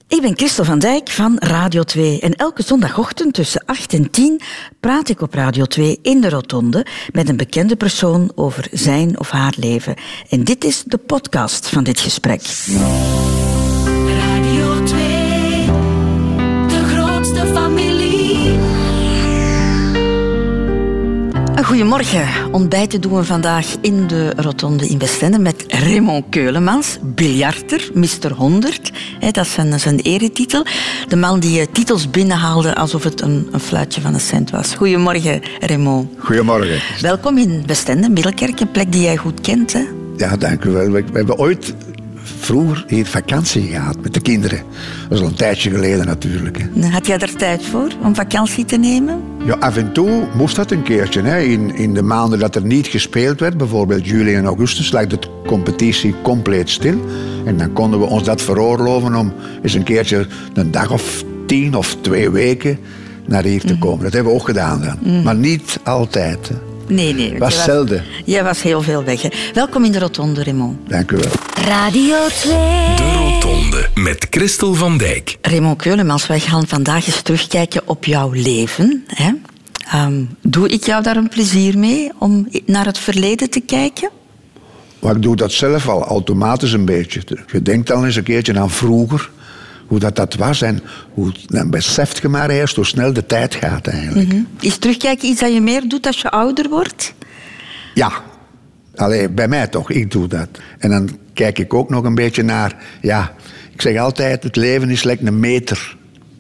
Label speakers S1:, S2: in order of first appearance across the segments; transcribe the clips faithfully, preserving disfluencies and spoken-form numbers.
S1: Ik ben Christel van Dijk van Radio twee en elke zondagochtend tussen acht en tien praat ik op Radio twee in de Rotonde met een bekende persoon over zijn of haar leven. En dit is de podcast van dit gesprek.
S2: Radio twee, de grootste familie.
S1: Goedemorgen. Ontbijten doen we vandaag in de Rotonde in Westende met Raymond Keulemans, biljarter, mister honderd. Dat is zijn, zijn eretitel. De man die titels binnenhaalde alsof het een, een fluitje van een cent was. Goedemorgen, Raymond.
S3: Goedemorgen.
S1: Welkom in Westende, Middelkerk, een plek die jij goed kent, hè?
S3: Ja, dank u wel. We hebben ooit vroeger hier vakantie gehad met de kinderen. Dat is al een tijdje geleden natuurlijk. Hè.
S1: Had jij er tijd voor om vakantie te nemen?
S3: Ja, af en toe moest dat een keertje. Hè. In, in de maanden dat er niet gespeeld werd, bijvoorbeeld juli en augustus, lag de competitie compleet stil. En dan konden we ons dat veroorloven om eens een keertje een dag of tien of twee weken naar hier te komen. Dat hebben we ook gedaan dan. Mm. Maar niet altijd. Hè.
S1: Nee, nee.
S3: Het was, was zelden.
S1: Jij was heel veel weg. Hè. Welkom in de Rotonde, Raymond.
S3: Dank u wel.
S2: Radio twee.
S4: De Rotonde met Christel van Dijk.
S1: Raymond Keulemans, wij gaan vandaag eens terugkijken op jouw leven. Hè? Um, doe ik jou daar een plezier mee om naar het verleden te kijken?
S3: Maar ik doe dat zelf al automatisch een beetje. Je denkt al eens een keertje aan vroeger, hoe dat, dat was. En hoe, dan beseft je maar eerst hoe snel de tijd gaat eigenlijk.
S1: Mm-hmm. Is terugkijken iets dat je meer doet als je ouder wordt?
S3: Ja. Allee, bij mij toch, ik doe dat. En dan kijk ik ook nog een beetje naar... Ja, ik zeg altijd, het leven is lekker een meter.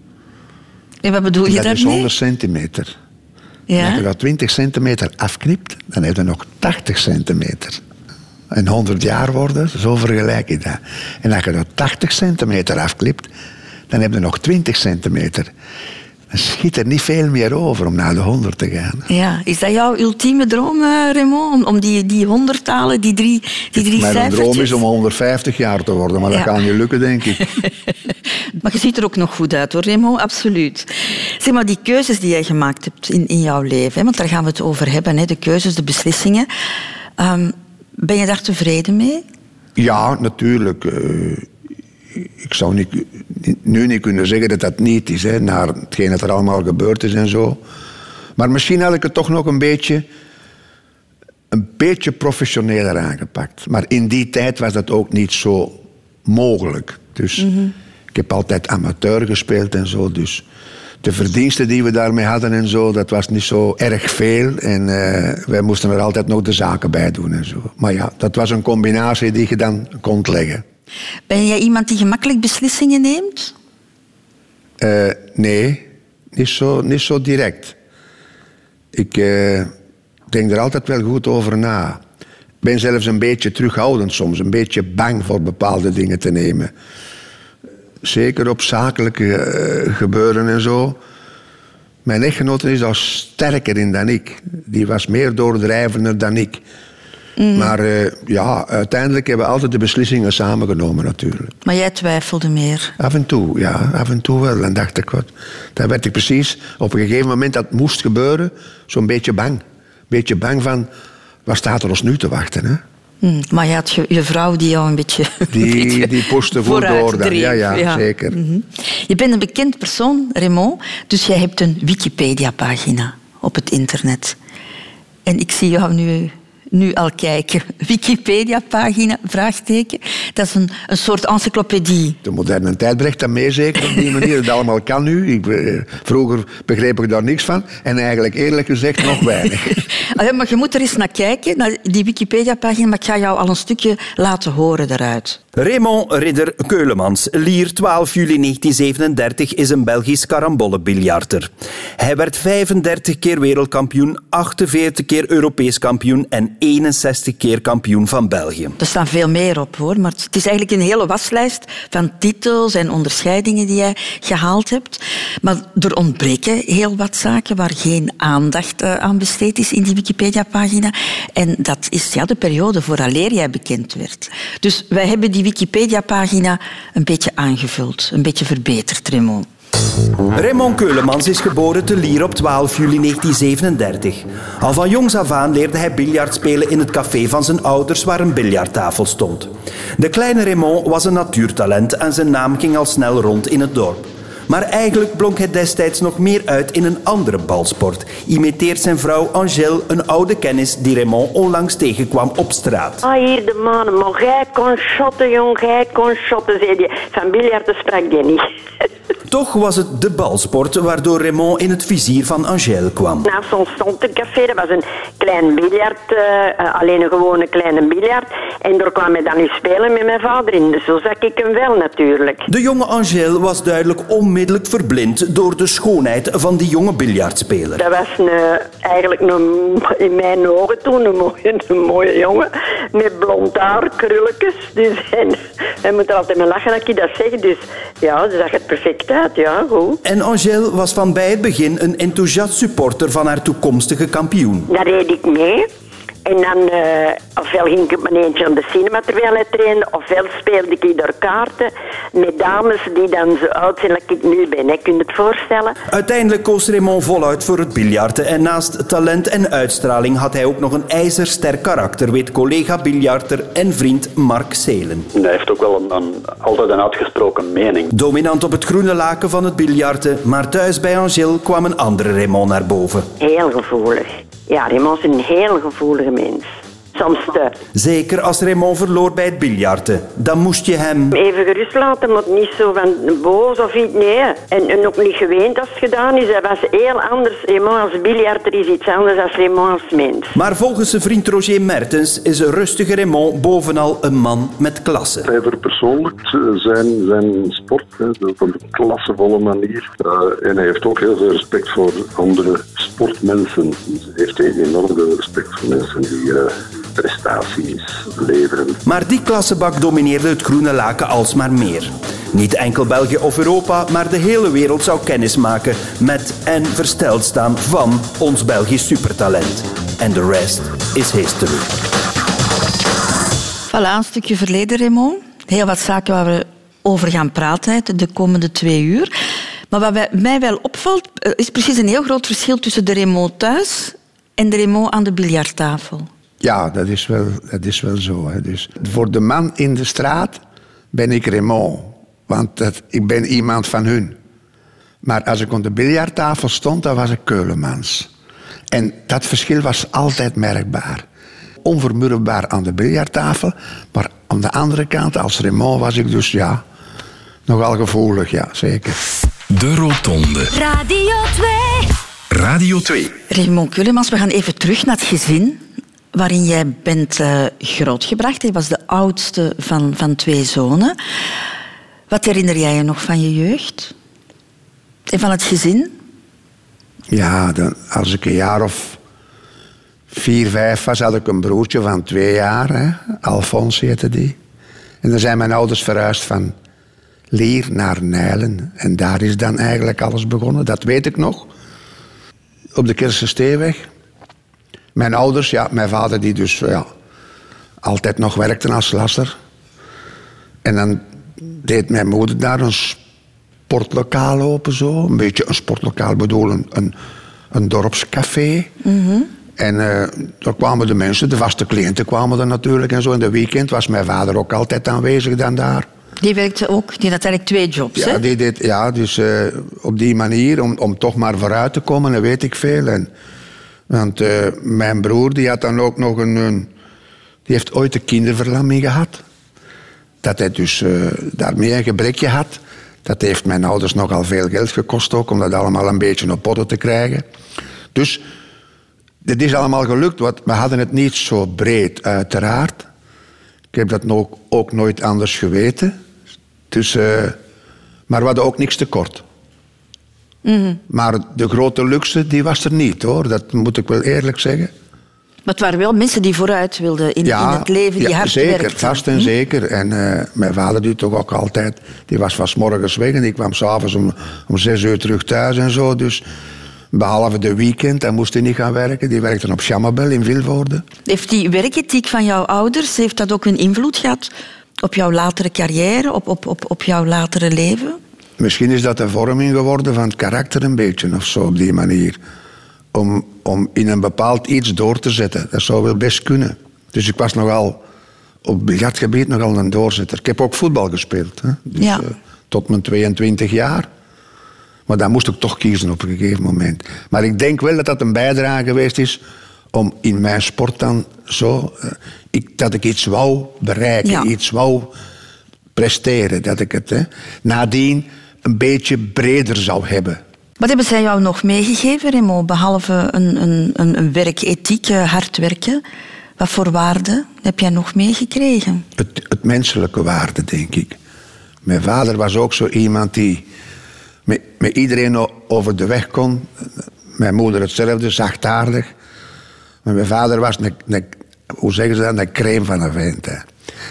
S1: En wat bedoel je daarmee?
S3: Dat is honderd centimeter.
S1: Ja?
S3: En als je dat twintig centimeter afknipt, dan heb je nog tachtig centimeter. En honderd jaar worden, zo vergelijk ik dat. En als je dat tachtig centimeter afknipt, dan heb je nog twintig centimeter. Dan schiet er niet veel meer over om naar de honderd te gaan.
S1: Ja, is dat jouw ultieme droom, Raymond? Om, om die, die honderd talen, die drie, die drie
S3: Mijn
S1: cijfertjes?
S3: droom is om honderdvijftig jaar te worden, maar ja. Dat gaat niet lukken, denk ik.
S1: Maar je ziet er ook nog goed uit, hoor, Raymond, absoluut. Zeg maar, die keuzes die jij gemaakt hebt in, in jouw leven, hè, want daar gaan we het over hebben, hè, de keuzes, de beslissingen. Um, ben je daar tevreden mee?
S3: Ja, natuurlijk. Uh, ik zou niet, nu niet kunnen zeggen dat dat niet is, hè, naar hetgeen dat er allemaal gebeurd is en zo. Maar misschien had ik het toch nog een beetje, een beetje professioneler aangepakt. Maar in die tijd was dat ook niet zo mogelijk. Dus mm-hmm. Ik heb altijd amateur gespeeld en zo, dus de verdiensten die we daarmee hadden en zo, dat was niet zo erg veel. En uh, wij moesten er altijd nog de zaken bij doen en zo. Maar ja, dat was een combinatie die je dan kon leggen.
S1: Ben jij iemand die gemakkelijk beslissingen neemt?
S3: Uh, nee, niet zo, niet zo direct. Ik uh, denk er altijd wel goed over na. Ik ben zelfs een beetje terughoudend soms, een beetje bang voor bepaalde dingen te nemen. Zeker op zakelijke uh, gebeuren en zo. Mijn echtgenote is daar sterker in dan ik. Die was meer doordrijvender dan ik. Mm. Maar uh, ja, uiteindelijk hebben we altijd de beslissingen samengenomen natuurlijk.
S1: Maar jij twijfelde meer?
S3: Af en toe, ja, af en toe wel. Dan dacht ik, wat, dan werd ik precies op een gegeven moment dat het moest gebeuren, zo'n beetje bang. Een beetje bang van, wat staat er ons nu te wachten, hè?
S1: Mm, maar je had je, je vrouw die jou een beetje...
S3: Die, beetje die pushte goed door dan. Ja, ja, ja, zeker.
S1: Mm-hmm. Je bent een bekend persoon, Raymond, dus jij hebt een Wikipedia-pagina op het internet. En ik zie jou nu... Nu al kijken. Wikipedia-pagina, vraagteken. Dat is een, een soort encyclopedie.
S3: De moderne tijd brengt dat mee, zeker op die manier. Dat allemaal kan nu. Ik, uh, vroeger begreep ik daar niks van. En eigenlijk, eerlijk gezegd, nog weinig.
S1: Allee, maar je moet er eens naar kijken, naar die Wikipedia-pagina. Maar ik ga jou al een stukje laten horen eruit.
S5: Raymond Ridder Keulemans, Lier, twaalf juli negentien zevenendertig, is een Belgisch karambollenbiljarter. Hij werd vijfendertig keer wereldkampioen, achtenveertig keer Europees kampioen en eenenzestig keer kampioen van België.
S1: Er staan veel meer op, hoor. Maar het is eigenlijk een hele waslijst van titels en onderscheidingen die jij gehaald hebt. Maar er ontbreken heel wat zaken waar geen aandacht aan besteed is in die Wikipedia-pagina. En dat is ja, de periode vooraleer jij bekend werd. Dus wij hebben die Wikipedia-pagina een beetje aangevuld, een beetje verbeterd, Raymond.
S5: Raymond Keulemans is geboren te Lier op twaalf juli negentien zevenendertig. Al van jongs af aan leerde hij biljart spelen in het café van zijn ouders waar een biljarttafel stond. De kleine Raymond was een natuurtalent en zijn naam ging al snel rond in het dorp. Maar eigenlijk blonk hij destijds nog meer uit in een andere balsport. Imiteert zijn vrouw Angèle een oude kennis die Raymond onlangs tegenkwam op straat.
S6: Ah, hier de mannen, maar jij kon shotten, jong, jij kon shotten, zei die. Van biljarten sprak die niet.
S5: Toch was het de balsport waardoor Raymond in het vizier van Angèle kwam.
S6: Naast ons stond een café, dat was een klein biljart, uh, alleen een gewone kleine biljart. En daar kwam hij dan nu spelen met mijn vader in. Dus zo zag ik hem wel natuurlijk.
S5: De jonge Angèle was duidelijk onmiddellijk verblind door de schoonheid van die jonge biljartspeler.
S6: Dat was een, eigenlijk een, in mijn ogen toen een mooie, een mooie jongen. Met blond haar, krulletjes. Dus, en hij moet er altijd mee lachen dat ik dat zeg. Dus ja, dat zag het perfect uit. Ja, goed.
S5: En Angèle was van bij het begin een enthousiast supporter van haar toekomstige kampioen.
S6: Daar reed ik mee. En dan, uh, ofwel ging ik op mijn eentje aan de cinema terwijl hij trainde, ofwel speelde ik daar kaarten met dames die dan zo oud zijn als ik nu ben. Hè. Kun je het voorstellen?
S5: Uiteindelijk koos Raymond voluit voor het biljarten en naast talent en uitstraling had hij ook nog een ijzersterk karakter, weet collega biljarter en vriend Mark Seelen.
S7: Hij heeft ook wel een, een, altijd een uitgesproken mening.
S5: Dominant op het groene laken van het biljarten, maar thuis bij Angèle kwam een andere Raymond naar boven.
S6: Heel gevoelig. Ja, Raymond is een heel gevoelige mens. Soms te.
S5: Zeker als Raymond verloor bij het biljarten. Dan moest je hem...
S6: Even gerust laten, maar niet zo van boos of iets. Nee. En, en ook niet geweend als het gedaan is. Hij was heel anders. Raymond als biljarter is iets anders dan Raymond als mens.
S5: Maar volgens zijn vriend Roger Mertens is een rustige Raymond bovenal een man met klasse.
S8: Hij verpersoonlijkt zijn, zijn sport hè, op een klassevolle manier. Uh, en hij heeft ook heel veel respect voor andere sportmensen. Dus hij heeft enorm veel respect voor mensen die... Uh, prestaties leveren.
S5: Maar die klassebak domineerde het groene laken alsmaar meer. Niet enkel België of Europa, maar de hele wereld zou kennis maken met en versteld staan van ons Belgisch supertalent. En de rest is history.
S1: Voilà, een stukje verleden, Raymond. Heel wat zaken waar we over gaan praten de komende twee uur. Maar wat mij wel opvalt, is precies een heel groot verschil tussen de Raymond thuis en de Raymond aan de biljarttafel.
S3: Ja, dat is wel, dat is wel zo. Hè. Dus voor de man in de straat ben ik Raymond. Want dat, ik ben iemand van hun. Maar als ik op de biljarttafel stond, dan was ik Keulemans. En dat verschil was altijd merkbaar. Onvermurfbaar aan de biljarttafel. Maar aan de andere kant, als Raymond, was ik dus ja, nogal gevoelig. Ja, zeker.
S4: De Rotonde.
S2: Radio twee.
S4: Radio twee.
S1: Raymond Keulemans, we gaan even terug naar het gezin waarin jij bent uh, grootgebracht. Je was de oudste van, van twee zonen. Wat herinner jij je nog van je jeugd? En van het gezin?
S3: Ja, dan, als ik een jaar of vier, vijf was, had ik een broertje van twee jaar. Hè? Alfons heette die. En dan zijn mijn ouders verhuisd van Lier naar Nijlen. En daar is dan eigenlijk alles begonnen. Dat weet ik nog. Op de Kirstensteeweg. Mijn ouders, ja, mijn vader die dus ja, altijd nog werkte als lasser. En dan deed mijn moeder daar een sportlokaal open zo. Een beetje een sportlokaal, bedoel een, een, een dorpscafé. Mm-hmm. En uh, daar kwamen de mensen, de vaste cliënten kwamen er natuurlijk en zo. In de weekend was mijn vader ook altijd aanwezig dan daar.
S1: Die werkte ook, die had eigenlijk twee jobs,
S3: ja,
S1: hè?
S3: Die deed, ja, dus uh, op die manier, om, om toch maar vooruit te komen, dat weet ik veel. En, want uh, mijn broer, die had dan ook nog een, een... Die heeft ooit een kinderverlamming gehad. Dat hij dus uh, daarmee een gebrekje had. Dat heeft mijn ouders nogal veel geld gekost ook, om dat allemaal een beetje op orde te krijgen. Dus, dit is allemaal gelukt, want we hadden het niet zo breed, uiteraard. Ik heb dat ook, ook nooit anders geweten. Dus, uh, maar we hadden ook niks tekort. Mm-hmm. Maar de grote luxe, die was er niet, hoor. Dat moet ik wel eerlijk zeggen.
S1: Maar het waren wel mensen die vooruit wilden in,
S3: ja,
S1: in het leven, die
S3: ja,
S1: hard
S3: zeker,
S1: werkten.
S3: vast en hm? zeker. En uh, mijn vader die toch ook altijd... Die was van 's morgens weg en die kwam s'avonds om, om zes uur terug thuis en zo. Dus behalve de weekend, dan moest hij niet gaan werken. Die werkte op Chamabel in Vilvoorde.
S1: Heeft die werkethiek van jouw ouders, heeft dat ook een invloed gehad op jouw latere carrière, op, op, op, op jouw latere leven?
S3: Misschien is dat de vorming geworden van het karakter een beetje of zo op die manier. Om, om in een bepaald iets door te zetten. Dat zou wel best kunnen. Dus ik was nogal op het biljartgebied nogal een doorzetter. Ik heb ook voetbal gespeeld. Hè? Dus,
S1: Ja.
S3: uh, tot mijn tweeëntwintig jaar. Maar dan moest ik toch kiezen op een gegeven moment. Maar ik denk wel dat dat een bijdrage geweest is om in mijn sport dan zo... Uh, ik, dat ik iets wou bereiken,
S1: Ja.
S3: iets wou presteren. Dat ik het hè, nadien een beetje breder zou hebben.
S1: Wat hebben zij jou nog meegegeven, Remo? Behalve een, een, een, een werkethiek, eh, hard werken. Wat voor waarden heb jij nog meegekregen?
S3: Het, het menselijke waarde, denk ik. Mijn vader was ook zo iemand die met, met iedereen o- over de weg kon. Mijn moeder hetzelfde, zachtaardig. Maar mijn vader was een, een, hoe zeggen ze dat, een crème van een vent. Hè.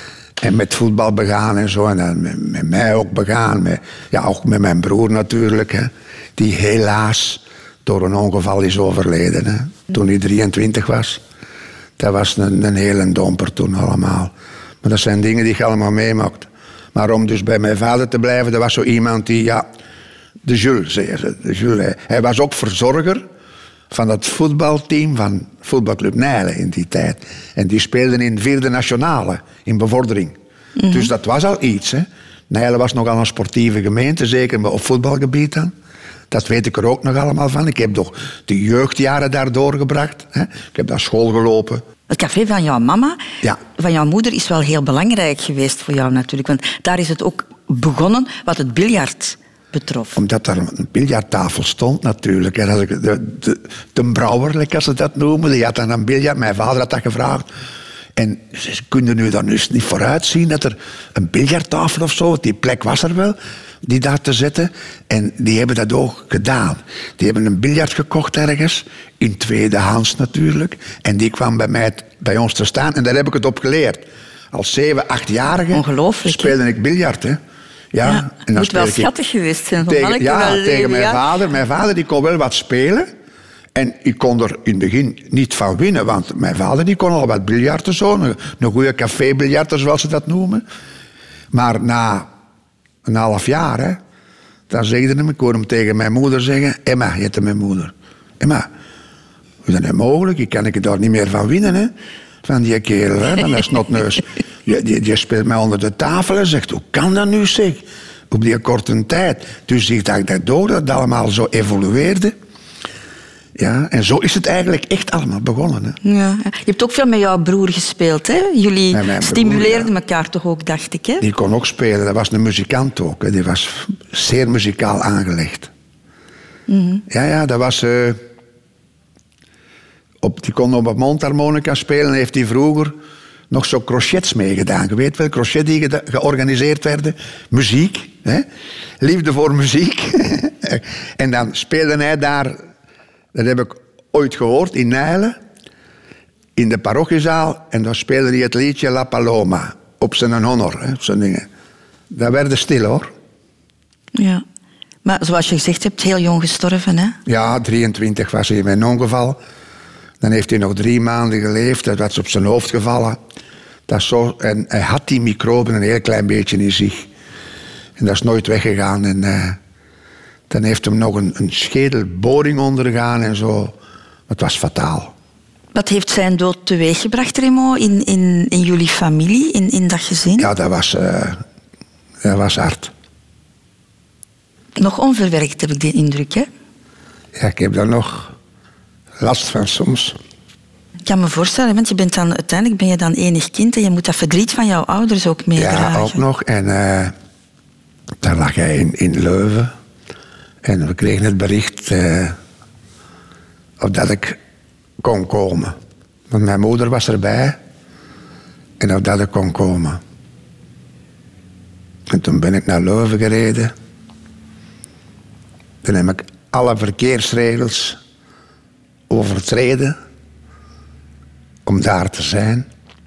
S3: En met voetbal begaan en zo. En dan met, met mij ook begaan. Met, ja, ook met mijn broer natuurlijk. Hè, die helaas door een ongeval is overleden. Hè, toen hij drieëntwintig was. Dat was een, een hele domper toen allemaal. Maar dat zijn dingen die je allemaal meemaakt. Maar om dus bij mijn vader te blijven, dat was zo iemand die, ja... De Jules, zei ze. De Jules, hij, hij was ook verzorger van het voetbalteam van voetbalclub Nijlen in die tijd. En die speelden in vierde nationale, in bevordering. Mm-hmm. Dus dat was al iets, hè. Nijlen was nogal een sportieve gemeente, zeker op voetbalgebied dan. Dat weet ik er ook nog allemaal van. Ik heb toch de jeugdjaren daar doorgebracht. Hè. Ik heb naar school gelopen.
S1: Het café van jouw mama,
S3: Ja.
S1: van jouw moeder, is wel heel belangrijk geweest voor jou natuurlijk. Want daar is het ook begonnen wat het biljart betrof.
S3: Omdat daar een biljarttafel stond natuurlijk. En als ik de, de, de brouwer, als ze dat noemen, die had dan een biljart. Mijn vader had dat gevraagd. En ze kunnen nu dan dus niet vooruit zien dat er een biljarttafel of zo, die plek was er wel, die daar te zetten. En die hebben dat ook gedaan. Die hebben een biljart gekocht ergens, in tweedehands natuurlijk. En die kwam bij, mij, bij ons te staan en daar heb ik het op geleerd. Als zeven, achtjarige
S1: Ongelooflijk, hè?
S3: speelde ik biljart, hè. Ja,
S1: Ja,
S3: en
S1: het
S3: dan
S1: moet wel
S3: speel ik-
S1: schattig geweest zijn. Van
S3: tegen,
S1: manneke
S3: ja,
S1: wel
S3: tegen
S1: leven,
S3: mijn
S1: ja.
S3: vader. Mijn vader die kon wel wat spelen. En ik kon er in het begin niet van winnen. Want mijn vader die kon al wat biljarten zo. Een, een goede café-biljarter, zoals ze dat noemen. Maar na een half jaar, hè, dan zegde hem, ik hoorde hem tegen mijn moeder zeggen... Emma, heette mijn moeder. Emma, hoe is dat nou mogelijk? Ik kan ik er daar niet meer van winnen, hè. Van die kerel, hè, van dat snotneus. Die, die, die speelt mij onder de tafel en zegt, hoe kan dat nu, zeg? Op die korte tijd. Dus ik dacht dat door, dat het allemaal zo evolueerde. Ja, en zo is het eigenlijk echt allemaal begonnen. Hè.
S1: Ja. Je hebt ook veel met jouw broer gespeeld, hè? Jullie
S3: Met mijn broer,
S1: stimuleerden
S3: ja.
S1: elkaar toch ook, dacht ik, hè?
S3: Die kon ook spelen, dat was een muzikant ook. Hè. Die was zeer muzikaal aangelegd. Mm-hmm. Ja, ja, dat was... Uh, op, die kon op een mondharmonica spelen en heeft hij vroeger nog zo crochets meegedaan. Je weet wel, crochet die geda- georganiseerd werden. Muziek, hè? Liefde voor muziek. En dan speelde hij daar, dat heb ik ooit gehoord, in Nijlen, in de parochiezaal. En dan speelde hij het liedje La Paloma, op zijn honor, hè, op zijn dingen. Dat werd stil, hoor.
S1: Ja. Maar zoals je gezegd hebt, heel jong gestorven, hè?
S3: Ja, drieëntwintig was hij met een ongeval. Dan heeft hij nog drie maanden geleefd. Dat was op zijn hoofd gevallen. Dat is zo, en hij had die microben een heel klein beetje in zich. En dat is nooit weggegaan. En uh, dan heeft hem nog een, een schedelboring ondergaan en zo. Het was fataal.
S1: Wat heeft zijn dood teweeggebracht, Remo, in, in, in jullie familie, in, in dat gezin?
S3: Ja, dat was, uh, dat was hard.
S1: Nog onverwerkt, heb ik de indruk, hè?
S3: Ja, ik heb daar nog last van soms.
S1: Ik kan me voorstellen, want je bent dan, uiteindelijk ben je dan enig kind en je moet dat verdriet van jouw ouders ook meedragen.
S3: Ja, ook nog. En uh, daar lag hij in, in Leuven. En we kregen het bericht uh, of dat ik kon komen. Want mijn moeder was erbij. En of dat ik kon komen. En toen ben ik naar Leuven gereden. Toen heb ik alle verkeersregels overtreden om daar te zijn.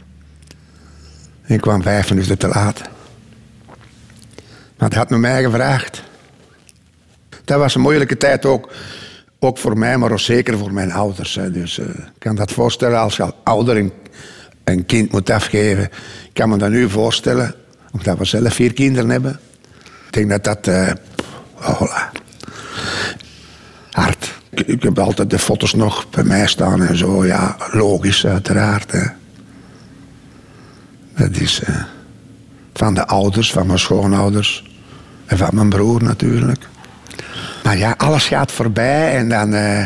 S3: Ik kwam vijf minuten te laat. Maar het had me mij gevraagd. Dat was een moeilijke tijd ook, ook voor mij, maar ook zeker voor mijn ouders. Hè. Dus uh, ik kan dat voorstellen als je als ouder een, een kind moet afgeven. Ik kan me dat nu voorstellen, omdat we zelf vier kinderen hebben. Ik denk dat dat uh, Voilà. Hard. Ik, ik heb altijd de foto's nog bij mij staan en zo. Ja, logisch, uiteraard. Hè. Dat is uh, van de ouders, van mijn schoonouders. En van mijn broer natuurlijk. Maar ja, alles gaat voorbij en dan... Uh,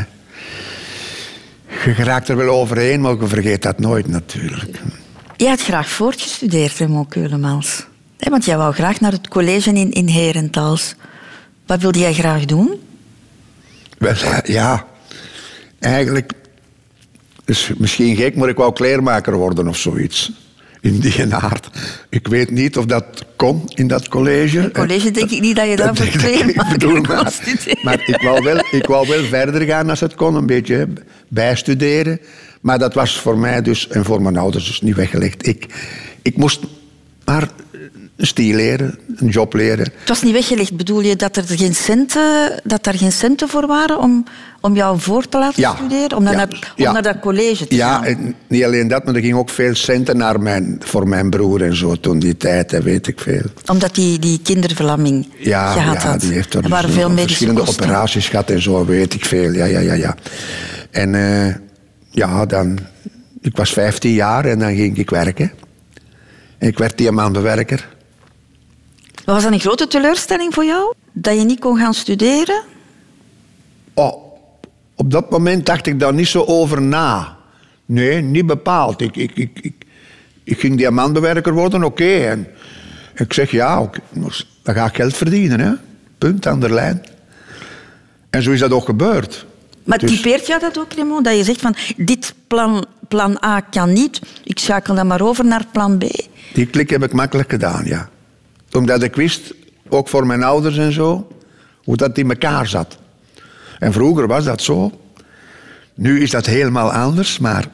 S3: je geraakt er wel overheen, maar je vergeet dat nooit natuurlijk.
S1: Je had graag voortgestudeerd, Raymond Keulemans. Nee, want jij wou graag naar het college in, in Herentals. Wat wilde jij graag doen?
S3: Wel, ja, eigenlijk... is misschien gek, maar ik wou kleermaker worden of zoiets. In die aard. Ik weet niet of dat kon in dat college.
S1: In college denk ik niet dat je daarvoor kleermaker kon studeren.
S3: Maar ik wou, wel, ik wou wel verder gaan als het kon, een beetje bijstuderen. Maar dat was voor mij dus, en voor mijn ouders dus niet weggelegd. Ik, ik moest maar een stil leren, een job leren.
S1: Het was niet weggelegd, bedoel je dat er geen centen, dat er geen centen voor waren om, om jou voor te laten
S3: ja.
S1: studeren? Om, ja. naar, om
S3: ja.
S1: naar dat college te
S3: ja,
S1: gaan?
S3: Ja, niet alleen dat, maar er ging ook veel centen naar mijn, voor mijn broer en zo toen die tijd, hè, weet ik veel.
S1: Omdat die, die kinderverlamming
S3: ja,
S1: gehad
S3: ja,
S1: had.
S3: Die heeft er,
S1: er waren
S3: dus
S1: veel medische
S3: verschillende
S1: kosten.
S3: operaties gehad en zo, weet ik veel. Ja, ja, ja, ja. En uh, ja, dan... Ik was vijftien jaar en dan ging ik werken. En ik werd diamantbewerker.
S1: Was dat een grote teleurstelling voor jou? Dat je niet kon gaan studeren?
S3: Oh, op dat moment dacht ik daar niet zo over na. Nee, niet bepaald. Ik, ik, ik, ik, ik ging diamantbewerker worden, oké. Okay. En ik zeg ja, okay, dan ga ik geld verdienen. Hè. Punt aan de lijn. En zo is dat ook gebeurd.
S1: Maar
S3: dus...
S1: typeert jou dat ook, Raymond? Dat je zegt van, dit plan, plan A kan niet, ik schakel dan maar over naar plan B.
S3: Die klik heb ik makkelijk gedaan, ja. Omdat ik wist, ook voor mijn ouders en zo, hoe dat in elkaar zat. En vroeger was dat zo. Nu is dat helemaal anders, maar...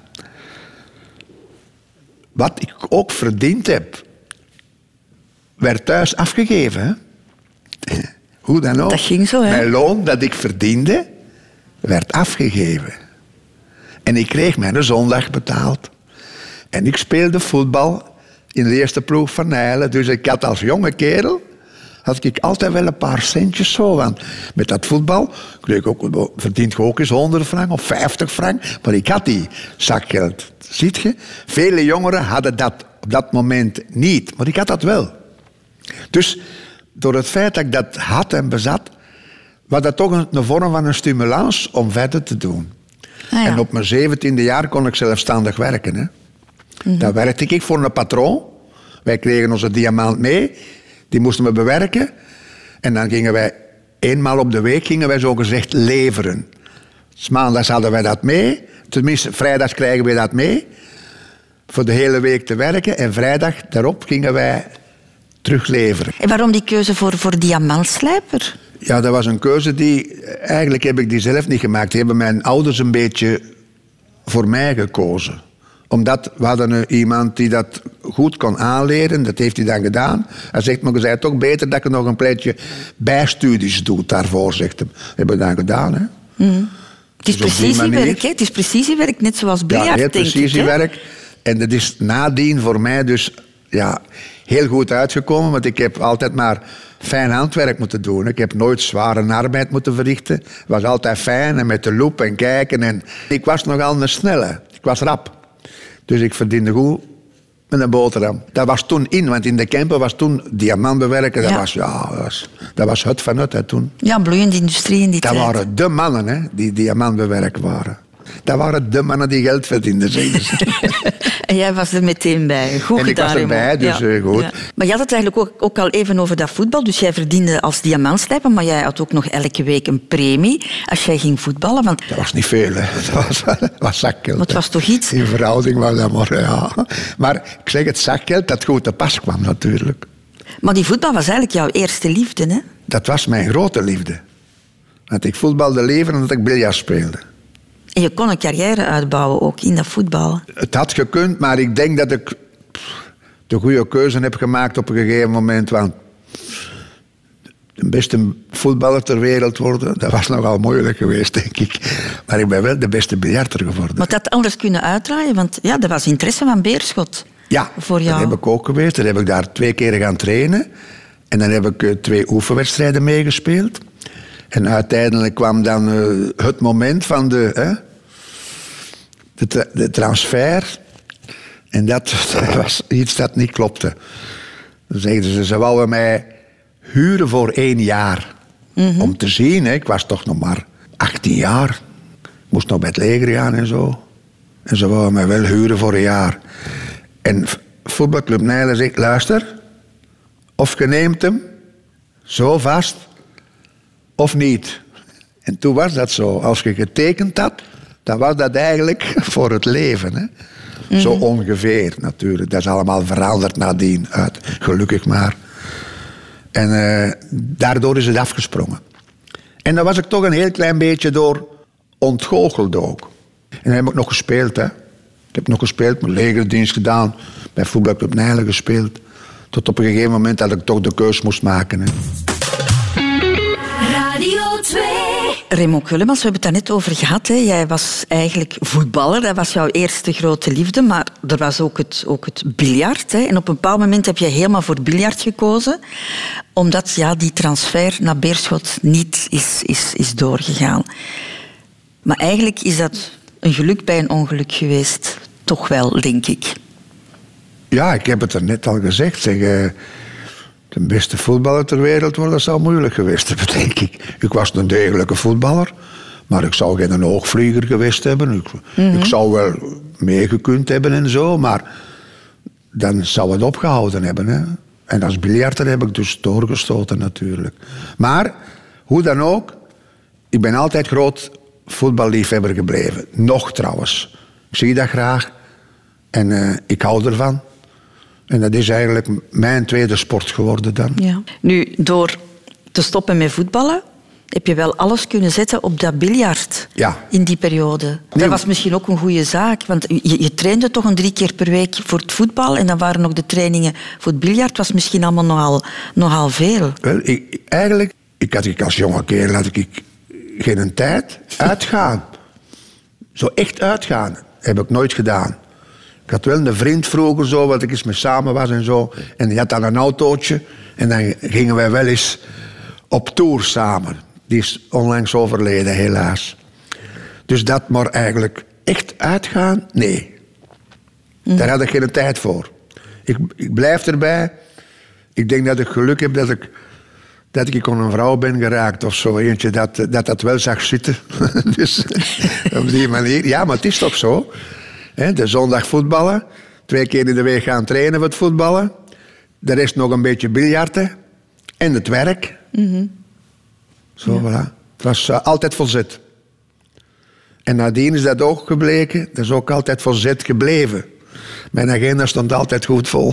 S3: Wat ik ook verdiend heb, werd thuis afgegeven. Hè? Hoe dan ook.
S1: Dat ging zo, hè?
S3: Mijn loon dat ik verdiende, werd afgegeven. En ik kreeg mijn zondag betaald. En ik speelde voetbal in de eerste ploeg van Nijlen. Dus ik had als jonge kerel had ik altijd wel een paar centjes zo. Want met dat voetbal kreeg ik ook, verdient je ook eens honderd frank of vijftig frank. Maar ik had die zakgeld. Ziet je? Vele jongeren hadden dat op dat moment niet. Maar ik had dat wel. Dus door het feit dat ik dat had en bezat, was dat toch een, een vorm van een stimulans om verder te doen. Ah, ja. En op mijn zeventiende jaar kon ik zelfstandig werken. Hè. Mm-hmm. Dan werkte ik voor een patroon. Wij kregen onze diamant mee. Die moesten we bewerken. En dan gingen wij eenmaal op de week gingen wij zogezegd leveren. Dus maandags hadden wij dat mee. Tenminste, vrijdags krijgen we dat mee. Voor de hele week te werken. En vrijdag daarop gingen wij terugleveren.
S1: En waarom die keuze voor, voor diamantslijper?
S3: Ja, dat was een keuze die... Eigenlijk heb ik die zelf niet gemaakt. Die hebben mijn ouders een beetje voor mij gekozen. Omdat we hadden nu iemand die dat goed kon aanleren. Dat heeft hij dan gedaan. Hij zegt, maar je zei toch beter dat je nog een plekje bijstudies doet daarvoor, zegt hij. Dat hebben we dan gedaan, hè.
S1: Mm. Het is dus precisiewerk, hè? Het is precisiewerk, net zoals biljart,
S3: ja, heel
S1: denk ik.
S3: precisiewerk. En dat is nadien voor mij dus ja, heel goed uitgekomen. Want ik heb altijd maar fijn handwerk moeten doen. Ik heb nooit zware arbeid moeten verrichten. Het was altijd fijn en met de loep en kijken. En ik was nogal een snelle. Ik was rap. Dus ik verdiende goed met een boterham. Dat was toen in, want in de Kempen was toen diamantbewerken. Dat, ja. was, ja, dat, was, dat was het van het hè, toen.
S1: Ja, bloeiende industrie in die
S3: dat
S1: tijd.
S3: Dat waren de mannen hè, die diamantbewerken waren. Dat waren de mannen die geld verdienden, zeggen ze.
S1: En jij was er meteen bij. Goed
S3: en
S1: gedaan,
S3: ik was erbij, dus
S1: ja.
S3: uh, goed.
S1: Ja. Maar je had het eigenlijk ook, ook al even over dat voetbal. Dus jij verdiende als diamantslijper, maar jij had ook nog elke week een premie als jij ging voetballen. Want...
S3: Dat was niet veel, hè. Dat was, dat was zakgeld.
S1: Maar het was toch iets?
S3: In verhouding was dat maar, ja. Maar ik zeg het zakgeld dat goed te pas kwam, natuurlijk.
S1: Maar die voetbal was eigenlijk jouw eerste liefde, hè?
S3: Dat was mijn grote liefde. Want ik voetbalde liever dan dat ik biljart speelde.
S1: En je kon een carrière uitbouwen, ook in dat voetbal.
S3: Het had gekund, maar ik denk dat ik de goede keuze heb gemaakt op een gegeven moment. Want de beste voetballer ter wereld worden, dat was nogal moeilijk geweest, denk ik. Maar ik ben wel de beste biljarter geworden.
S1: Maar dat anders kunnen uitdraaien, want ja, dat was interesse van Beerschot.
S3: Ja,
S1: voor jou.
S3: dat heb ik ook geweest. Dan heb ik daar twee keer gaan trainen. En dan heb ik twee oefenwedstrijden meegespeeld. En uiteindelijk kwam dan uh, het moment van de, hè, de, tra- de transfer. En dat, dat was iets dat niet klopte. Dan zeiden ze, ze wouden mij huren voor één jaar. Mm-hmm. Om te zien, hè, ik was toch nog maar achttien jaar. Ik moest nog bij het leger gaan en zo. En ze wouden mij wel huren voor een jaar. En voetbalclub Nijlen zegt, luister, of je neemt hem zo vast, of niet. En toen was dat zo. Als je getekend had, dan was dat eigenlijk voor het leven. Hè? Mm-hmm. Zo ongeveer natuurlijk. Dat is allemaal veranderd nadien, uit, gelukkig maar. En uh, daardoor is het afgesprongen. En dan was ik toch een heel klein beetje door ontgoocheld ook. En dan heb ik nog gespeeld, hè. Ik heb nog gespeeld, mijn legerdienst gedaan, bij voetbalclub Nijlen gespeeld. Tot op een gegeven moment dat ik toch de keus moest maken. Hè.
S2: Radio twee.
S1: Raymond Keulemans, we hebben het daar net over gehad. Hè. Jij was eigenlijk voetballer, dat was jouw eerste grote liefde. Maar er was ook het, ook het biljart. Hè. En op een bepaald moment heb je helemaal voor biljart gekozen. Omdat ja, die transfer naar Beerschot niet is, is, is doorgegaan. Maar eigenlijk is dat een geluk bij een ongeluk geweest. Toch wel, denk ik.
S3: Ja, ik heb het er net al gezegd. Zeg, uh, de beste voetballer ter wereld worden, dat zou moeilijk geweest hebben, denk ik. Ik was een degelijke voetballer, maar ik zou geen hoogvlieger geweest hebben. Ik, mm-hmm. ik zou wel meegekund hebben en zo, maar dan zou het opgehouden hebben. Hè? En als biljarter heb ik dus doorgestoten natuurlijk. Maar, hoe dan ook, ik ben altijd groot voetballiefhebber gebleven. Nog trouwens. Ik zie dat graag. En uh, ik hou ervan. En dat is eigenlijk mijn tweede sport geworden dan. Ja.
S1: Nu, door te stoppen met voetballen, heb je wel alles kunnen zetten op dat biljart
S3: ja.
S1: in die periode. Dat was misschien ook een goede zaak, want je, je trainde toch een drie keer per week voor het voetbal en dan waren nog de trainingen voor het biljart. Was misschien allemaal nogal, nogal veel.
S3: Wel, ik, eigenlijk, ik had ik als jonge kerel had ik geen tijd. Uitgaan. Zo echt uitgaan. Heb ik nooit gedaan. Ik had wel een vriend vroeger, zo, wat ik eens mee samen was en zo. En die had dan een autootje. En dan gingen wij wel eens op tour samen. Die is onlangs overleden, helaas. Dus dat maar eigenlijk echt uitgaan, nee. Mm. Daar had ik geen tijd voor. Ik, ik blijf erbij. Ik denk dat ik geluk heb dat ik, dat ik aan een vrouw ben geraakt of zo. Eentje dat dat, dat wel zag zitten. Dus op die manier. Ja, maar het is toch zo. He, de zondag voetballen. Twee keer in de week gaan trainen voor het voetballen. De rest nog een beetje biljarten. En het werk. Mm-hmm. Zo, ja. Voilà. Het was uh, altijd volzet. En nadien is dat ook gebleken. Dat is ook altijd volzet gebleven. Mijn agenda stond altijd goed vol.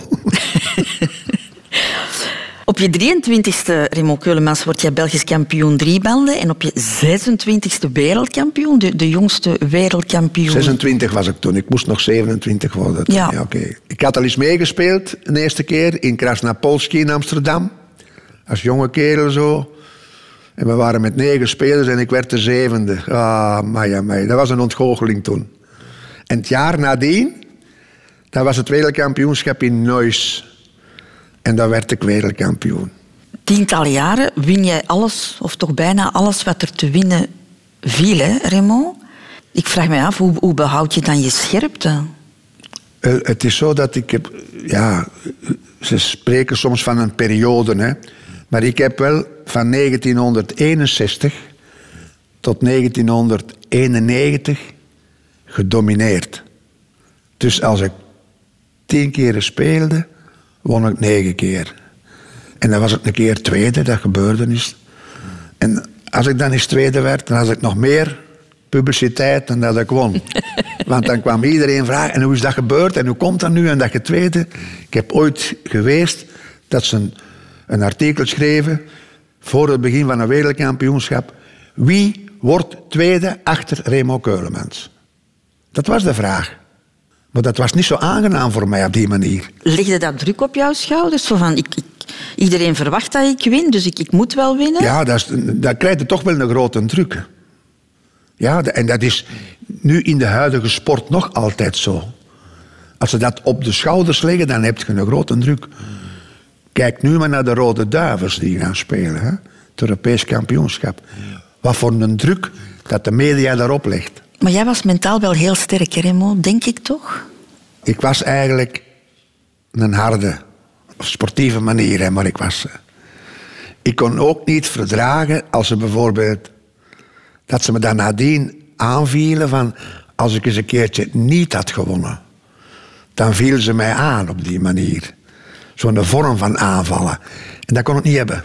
S1: Op je drieëntwintigste, Raymond Keulemans, word je Belgisch kampioen driebanden. En op je zesentwintigste wereldkampioen, de, de jongste wereldkampioen.
S3: zesentwintig was ik toen. Ik moest nog zevenentwintig worden.
S1: Ja.
S3: Ja, okay. Ik had al eens meegespeeld, de eerste keer, in Krasnapolski in Amsterdam. Als jonge kerel zo. En we waren met negen spelers en ik werd de zevende. Ah, amai, amai. Dat was een ontgoocheling toen. En het jaar nadien, dat was het wereldkampioenschap in Neuss. En dan werd ik wereldkampioen.
S1: Tientallen jaren win jij alles, of toch bijna alles wat er te winnen viel, hè, Raymond? Ik vraag me af, hoe, hoe behoud je dan je scherpte?
S3: Uh, het is zo dat ik heb... Ja, ze spreken soms van een periode, hè. Maar ik heb wel van negentienhonderdeenenzestig tot negentienhonderdeenennegentig gedomineerd. Dus als ik tien keren speelde, won ik negen keer. En dan was ik een keer tweede, dat gebeurde is. En als ik dan eens tweede werd, dan had ik nog meer publiciteit dan dat ik won. Want dan kwam iedereen vragen, en hoe is dat gebeurd? En hoe komt dat nu? En dat je tweede... Ik heb ooit geweest dat ze een, een artikel schreven voor het begin van een wereldkampioenschap. Wie wordt tweede achter Raymond Keulemans? Dat was de vraag. Maar dat was niet zo aangenaam voor mij op die manier.
S1: Legde dat druk op jouw schouders? Zo van, ik, ik, iedereen verwacht dat ik win, dus ik, ik moet wel winnen?
S3: Ja, dat, is, dat krijg je toch wel een grote druk. Ja, en dat is nu in de huidige sport nog altijd zo. Als ze dat op de schouders leggen, dan heb je een grote druk. Kijk nu maar naar de Rode Duivels die gaan spelen. Hè? Het Europees kampioenschap. Wat voor een druk dat de media daarop legt.
S1: Maar jij was mentaal wel heel sterk, Remo, denk ik toch?
S3: Ik was eigenlijk een harde, sportieve manier, hè, maar ik was... Ik kon ook niet verdragen als ze bijvoorbeeld... dat ze me dan nadien aanvielen van... als ik eens een keertje niet had gewonnen... dan vielen ze mij aan op die manier. Zo'n vorm van aanvallen. En dat kon ik niet hebben.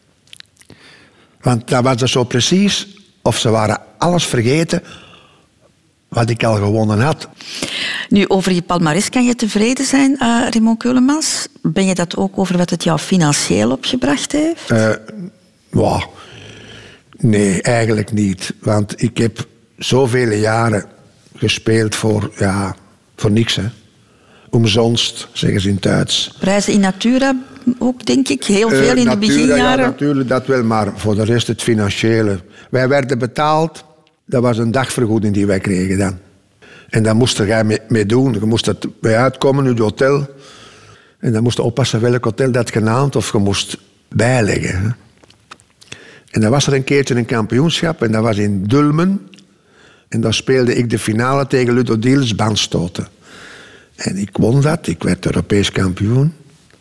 S3: Want dat was er zo precies... of ze waren alles vergeten... wat ik al gewonnen had.
S1: Nu, over je palmares kan je tevreden zijn, uh, Raymond Keulemans. Ben je dat ook over wat het jou financieel opgebracht heeft?
S3: Uh, wow. Nee, eigenlijk niet. Want ik heb zoveel jaren gespeeld voor, ja, voor niks. Hè. Omsonst, zeggen ze in Duits.
S1: Prijzen in Natura ook, denk ik. Heel veel in
S3: uh,
S1: de beginjaren.
S3: Ja, natuurlijk, dat wel. Maar voor de rest het financiële. Wij werden betaald. Dat was een dagvergoeding die wij kregen dan. En daar moest jij mee, mee doen. Je moest het bij uitkomen in het hotel. En dan moest je oppassen welk hotel dat genaamd of je moest bijleggen. Hè. En dan was er een keertje een kampioenschap. En dat was in Dulmen. En dan speelde ik de finale tegen Ludo Diels bandstoten. En ik won dat. Ik werd Europees kampioen.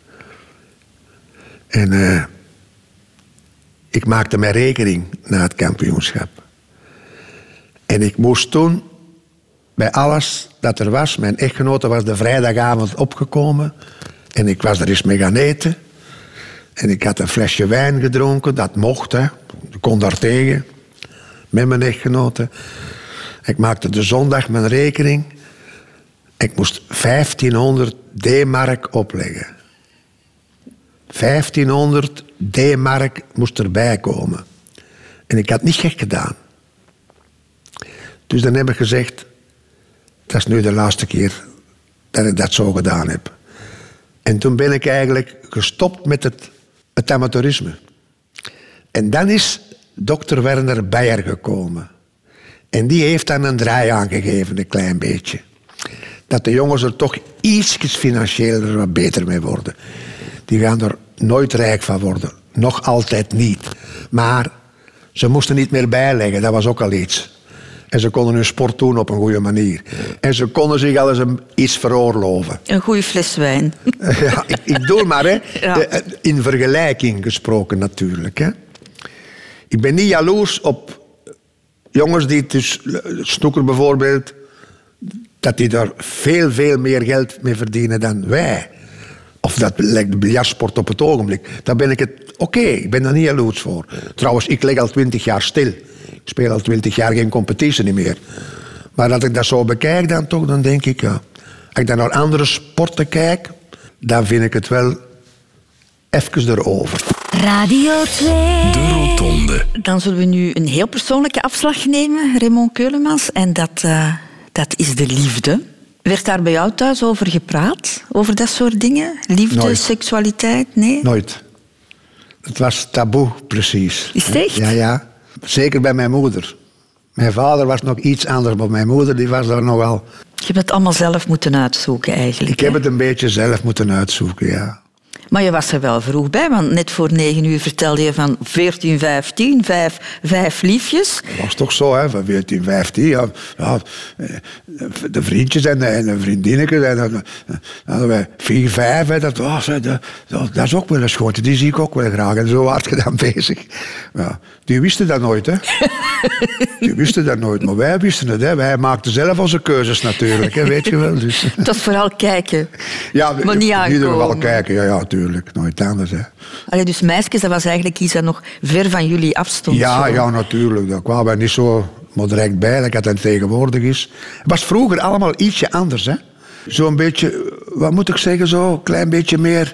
S3: En uh, ik maakte mijn rekening na het kampioenschap. En ik moest toen, bij alles dat er was... Mijn echtgenote was de vrijdagavond opgekomen. En ik was er eens mee gaan eten. En ik had een flesje wijn gedronken. Dat mocht, hè. Ik kon daar tegen. Met mijn echtgenote. Ik maakte de zondag mijn rekening. Ik moest vijftienhonderd D-mark opleggen. vijftienhonderd D-mark moest erbij komen. En ik had niet gek gedaan. Dus dan heb ik gezegd... dat is nu de laatste keer dat ik dat zo gedaan heb. En toen ben ik eigenlijk gestopt met het, het amateurisme. En dan is dokter Werner Beyer gekomen. En die heeft dan een draai aangegeven, een klein beetje. Dat de jongens er toch ietsjes financieel wat beter mee worden. Die gaan er nooit rijk van worden. Nog altijd niet. Maar ze moesten niet meer bijleggen, dat was ook al iets. En ze konden hun sport doen op een goede manier. En ze konden zich al eens een, iets veroorloven.
S1: Een goede fles wijn.
S3: Ja, ik, ik doe maar, hè.
S1: Ja.
S3: De, in vergelijking gesproken natuurlijk. Hè. Ik ben niet jaloers op jongens die, dus, Snoeker bijvoorbeeld... dat die daar veel, veel meer geld mee verdienen dan wij. Of dat lijkt de biljartsport op het ogenblik. Daar ben ik het... Oké, okay, ik ben daar niet jaloers voor. Trouwens, ik leg al twintig jaar stil. Ik speel al twintig jaar geen competitie meer. Maar als ik dat zo bekijk dan toch, dan denk ik... ja. Als ik dan naar andere sporten kijk... dan vind ik het wel even erover.
S2: Radio twee.
S4: De Rotonde.
S1: Dan zullen we nu een heel persoonlijke afslag nemen, Raymond Keulemans. En dat, uh, dat is de liefde. Werd daar bij jou thuis over gepraat? Over dat soort dingen? Liefde,
S3: Nooit.
S1: seksualiteit? Nee?
S3: Nooit. Het was taboe, precies.
S1: Is het echt?
S3: Ja, ja. Zeker bij mijn moeder. Mijn vader was nog iets anders, maar mijn moeder die was daar nogal...
S1: Je hebt het allemaal zelf moeten uitzoeken eigenlijk.
S3: Ik heb
S1: hè?
S3: het een beetje zelf moeten uitzoeken, ja.
S1: Maar je was er wel vroeg bij, want net voor negen uur vertelde je van veertien, vijftien, vijf, vijf liefjes.
S3: Dat was toch zo, hè, van veertien, vijftien. Ja, ja, de vriendjes en de, en de vriendinnetjes. En dan hadden wij vier, vijf. Hè, dat, was, dat, dat, dat is ook wel een schootje, die zie ik ook wel graag. En zo hard je dan bezig. Ja, die wisten dat nooit, hè. Die wisten dat nooit, maar wij wisten het. Hè. Wij maakten zelf onze keuzes natuurlijk, hè, weet je wel. Dus.
S1: Het was vooral kijken,
S3: Ja,
S1: maar niet
S3: in ieder geval
S1: aankomen.
S3: kijken, ja, ja, natuurlijk. Nooit anders, hè.
S1: Allee, dus meisjes, dat was eigenlijk iets dat nog ver van jullie afstond.
S3: Ja,
S1: zo.
S3: ja, natuurlijk. Daar kwamen wij niet zo maar direct bij dat het tegenwoordig is. Het was vroeger allemaal ietsje anders, hè. Zo'n beetje, wat moet ik zeggen, zo een klein beetje meer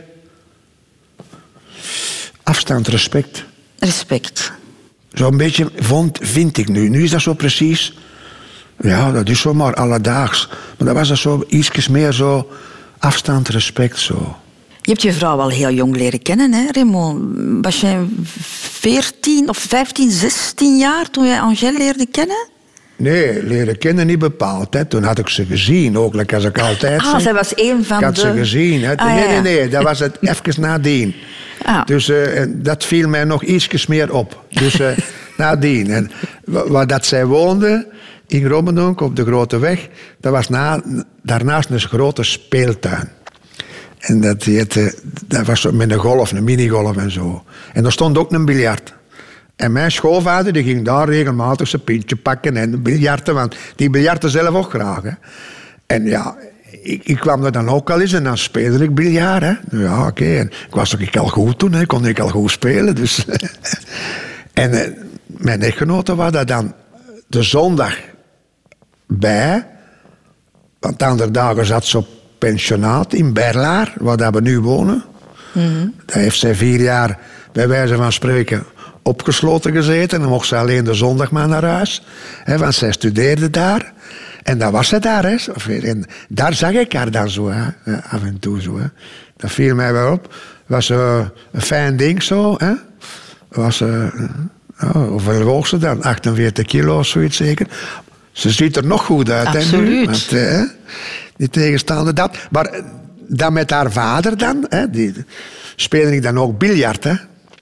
S3: afstand, respect.
S1: Respect.
S3: Zo'n beetje vond, vind ik nu. Nu is dat zo precies, ja, dat is zomaar alledaags. Maar dat was dat zo ietsjes meer zo afstand, respect, zo.
S1: Je hebt je vrouw al heel jong leren kennen, hè, Raymond? Was jij veertien of vijftien, zestien jaar toen jij Angèle leerde kennen?
S3: Nee, leren kennen niet bepaald. Hè. Toen had ik ze gezien, ook like als ik altijd
S1: Ah,
S3: zeg.
S1: zij was een van
S3: Ik had
S1: de...
S3: ze gezien. Hè.
S1: Ah,
S3: nee,
S1: ja, ja.
S3: nee, nee, dat was het even nadien.
S1: Ah.
S3: Dus uh, dat viel mij nog ietsjes meer op. Dus uh, nadien. En waar dat zij woonde, in Rommendonk, op de Grote Weg, dat was na, daarnaast een grote speeltuin. En dat, heette, dat was met een golf, een minigolf en zo. En er stond ook een biljart. En mijn schoonvader die ging daar regelmatig zijn pintje pakken en biljarten, want die biljarten zelf ook graag. Hè. En ja, ik, ik kwam er dan ook al eens en dan speelde ik biljart. Hè. Ja, oké. Okay. En ik was ook al goed toen, hè. Kon ik al goed spelen. Dus. En eh, mijn echtgenote was daar dan de zondag bij, want andere dagen zat ze op pensionaat in Berlaar, waar dat we nu wonen. Mm-hmm. Daar heeft zij vier jaar, bij wijze van spreken, opgesloten gezeten. En dan mocht ze alleen de zondag maar naar huis. Hè, want zij studeerde daar. En dan was ze daar. Hè. En daar zag ik haar dan zo, hè, af en toe. Zo, hè. Dat viel mij wel op. Was uh, een fijn ding zo. Hè. Was, uh, uh, hoeveel woog ze dan? achtenveertig kilo of zoiets zeker. Ze ziet er nog goed uit.
S1: Absoluut.
S3: Hè, nu, want, uh, die tegenstaande dat. Maar uh, dan met haar vader dan. Hè, die, speelde ik dan ook biljart. Hè.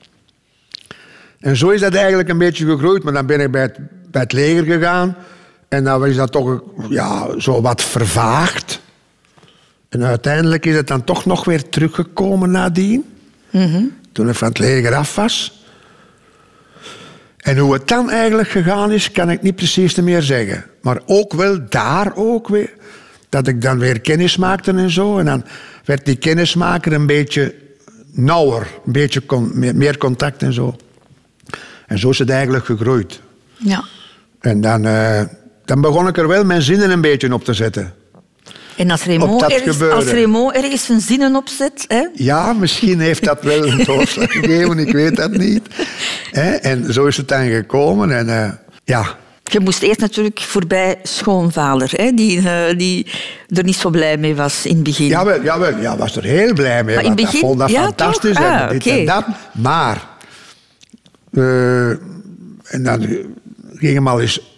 S3: En zo is dat eigenlijk een beetje gegroeid. Maar dan ben ik bij het, bij het leger gegaan. En dan is dat toch ja, zo wat vervaagd. En uiteindelijk is het dan toch nog weer teruggekomen nadien. Mm-hmm. Toen ik van het leger af was. En hoe het dan eigenlijk gegaan is, kan ik niet precies meer zeggen. Maar ook wel daar ook weer. Dat ik dan weer kennis maakte en zo. En dan werd die kennismaker een beetje nauwer. Een beetje con- meer, meer contact en zo. En zo is het eigenlijk gegroeid.
S1: Ja.
S3: En dan, uh, dan begon ik er wel mijn zinnen een beetje op te zetten.
S1: En als Raymond, ergens, als Raymond ergens zijn zinnen opzet... Hè?
S3: Ja, misschien heeft dat wel een doorslag gegeven, ik weet dat niet. Hè? En zo is het dan gekomen. En, uh, ja.
S1: Je moest eerst natuurlijk voorbij schoonvader, hè? Die, uh, die er niet zo blij mee was in het begin.
S3: Jawel, jawel ja, was er heel blij mee.
S1: Maar in het begin...
S3: vond dat
S1: ja,
S3: fantastisch.
S1: Ah,
S3: en dit
S1: okay.
S3: en dat. Maar... Uh, en dan gingen we al eens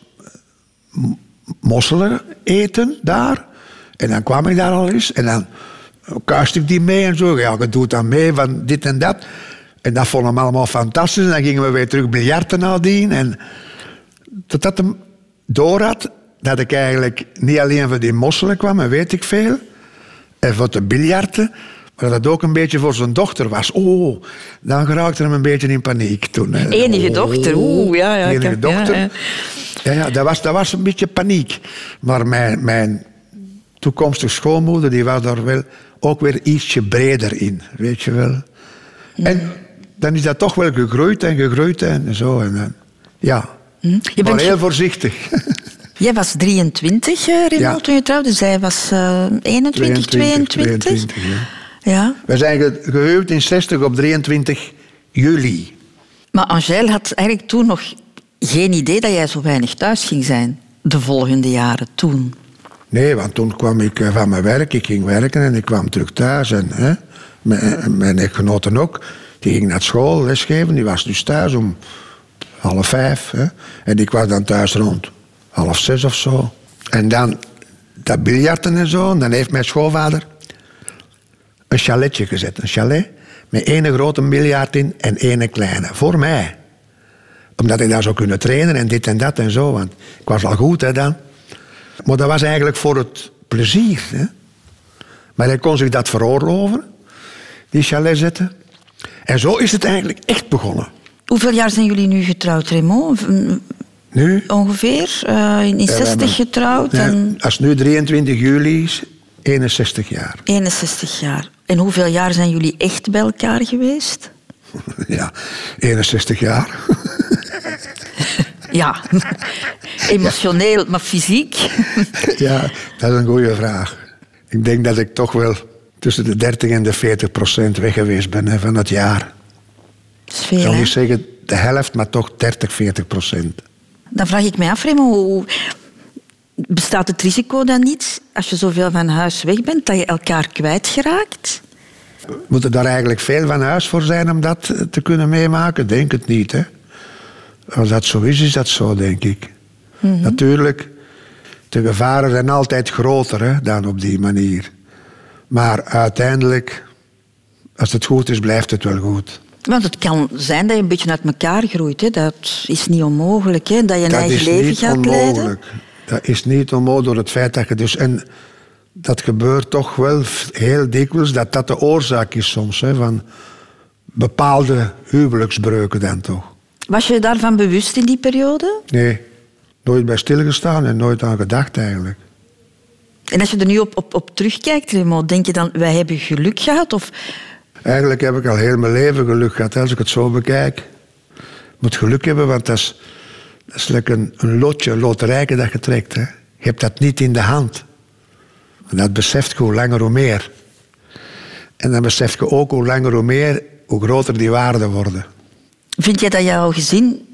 S3: mosselen eten daar. En dan kwam ik daar al eens. En dan kuiste ik die mee en zo. Ja, je doet dan mee van dit en dat. En dat vonden we allemaal fantastisch. En dan gingen we weer terug biljarten nadien. En totdat hem door had dat ik eigenlijk niet alleen voor die mosselen kwam, en weet ik veel. En voor de biljarten. Maar dat het ook een beetje voor zijn dochter was. Oh, dan geraakte hem een beetje in paniek toen. Hè.
S1: Enige dochter, oeh, ja. ja
S3: Enige
S1: kan,
S3: dochter.
S1: Ja, ja.
S3: Ja, ja, dat, was, dat was een beetje paniek. Maar mijn, mijn toekomstige schoonmoeder, die was daar wel ook weer ietsje breder in. Weet je wel. Mm. En dan is dat toch wel gegroeid en gegroeid en zo. En dan, ja, mm. je maar heel voorzichtig.
S1: Jij was drieëntwintig, uh, Raymond, ja. toen je trouwde. Zij was uh, eenentwintig, tweeëntwintig.
S3: tweeëntwintig, ja.
S1: Ja.
S3: We zijn ge- gehuwd in zestig op drieëntwintig juli.
S1: Maar Angèle had eigenlijk toen nog geen idee dat jij zo weinig thuis ging zijn. De volgende jaren toen.
S3: Nee, want toen kwam ik van mijn werk. Ik ging werken en ik kwam terug thuis. En hè, mijn, mijn echtgenoten ook. Die ging naar school lesgeven. Die was dus thuis om half vijf. Hè. En ik was dan thuis rond half zes of zo. En dan dat biljarten en zo. En dan heeft mijn schoonvader een chaletje gezet. Een chalet met één grote biljart in en één kleine. Voor mij. Omdat ik daar zou kunnen trainen en dit en dat en zo. Want ik was al goed hè, dan. Maar dat was eigenlijk voor het plezier. Hè. Maar hij kon zich dat veroorloven. Die chalet zetten. En zo is het eigenlijk echt begonnen.
S1: Hoeveel jaar zijn jullie nu getrouwd, Raymond?
S3: Nu?
S1: Ongeveer. Uh, in ja, zestig getrouwd.
S3: Ja,
S1: en...
S3: Als nu drieëntwintig juli is, eenenzestig jaar.
S1: eenenzestig jaar. En hoeveel jaar zijn jullie echt bij elkaar geweest?
S3: Ja, eenenzestig jaar.
S1: Ja, emotioneel, maar fysiek?
S3: Ja, dat is een goede vraag. Ik denk dat ik toch wel tussen de dertig en de veertig procent weg geweest ben hè, van het jaar.
S1: Dat is veel,
S3: ik zal
S1: hè?
S3: niet zeggen de helft, maar toch dertig, veertig procent.
S1: Dan vraag ik mij af, Raymond, hoe bestaat het risico dan niet, als je zoveel van huis weg bent, dat je elkaar kwijtgeraakt?
S3: Moet er daar eigenlijk veel van huis voor zijn om dat te kunnen meemaken? Denk het niet, hè. Als dat zo is, is dat zo, denk ik. Mm-hmm. Natuurlijk, de gevaren zijn altijd groter hè, dan op die manier. Maar uiteindelijk, als het goed is, blijft het wel goed.
S1: Want het kan zijn dat je een beetje uit elkaar groeit. Hè. Dat is niet onmogelijk, hè. Dat je een
S3: dat
S1: eigen leven gaat
S3: onmogelijk.
S1: leiden.
S3: Dat is niet onmogelijk door het feit dat je dus... En dat gebeurt toch wel heel dikwijls, dat dat de oorzaak is soms, hè, van bepaalde huwelijksbreuken dan toch.
S1: Was je daarvan bewust in die periode?
S3: Nee, nooit bij stilgestaan en nooit aan gedacht eigenlijk.
S1: En als je er nu op, op, op terugkijkt, Remo, denk je dan, wij hebben geluk gehad? Of...
S3: Eigenlijk heb ik al heel mijn leven geluk gehad, als ik het zo bekijk. Je moet geluk hebben, want dat is, dat is lekker een, een lotje, een loterijke dat je trekt. Hè. Je hebt dat niet in de hand. En dat beseft je hoe langer hoe meer. En dan besef je ook hoe langer hoe meer, hoe groter die waarden worden. Vind
S1: je dat jouw gezin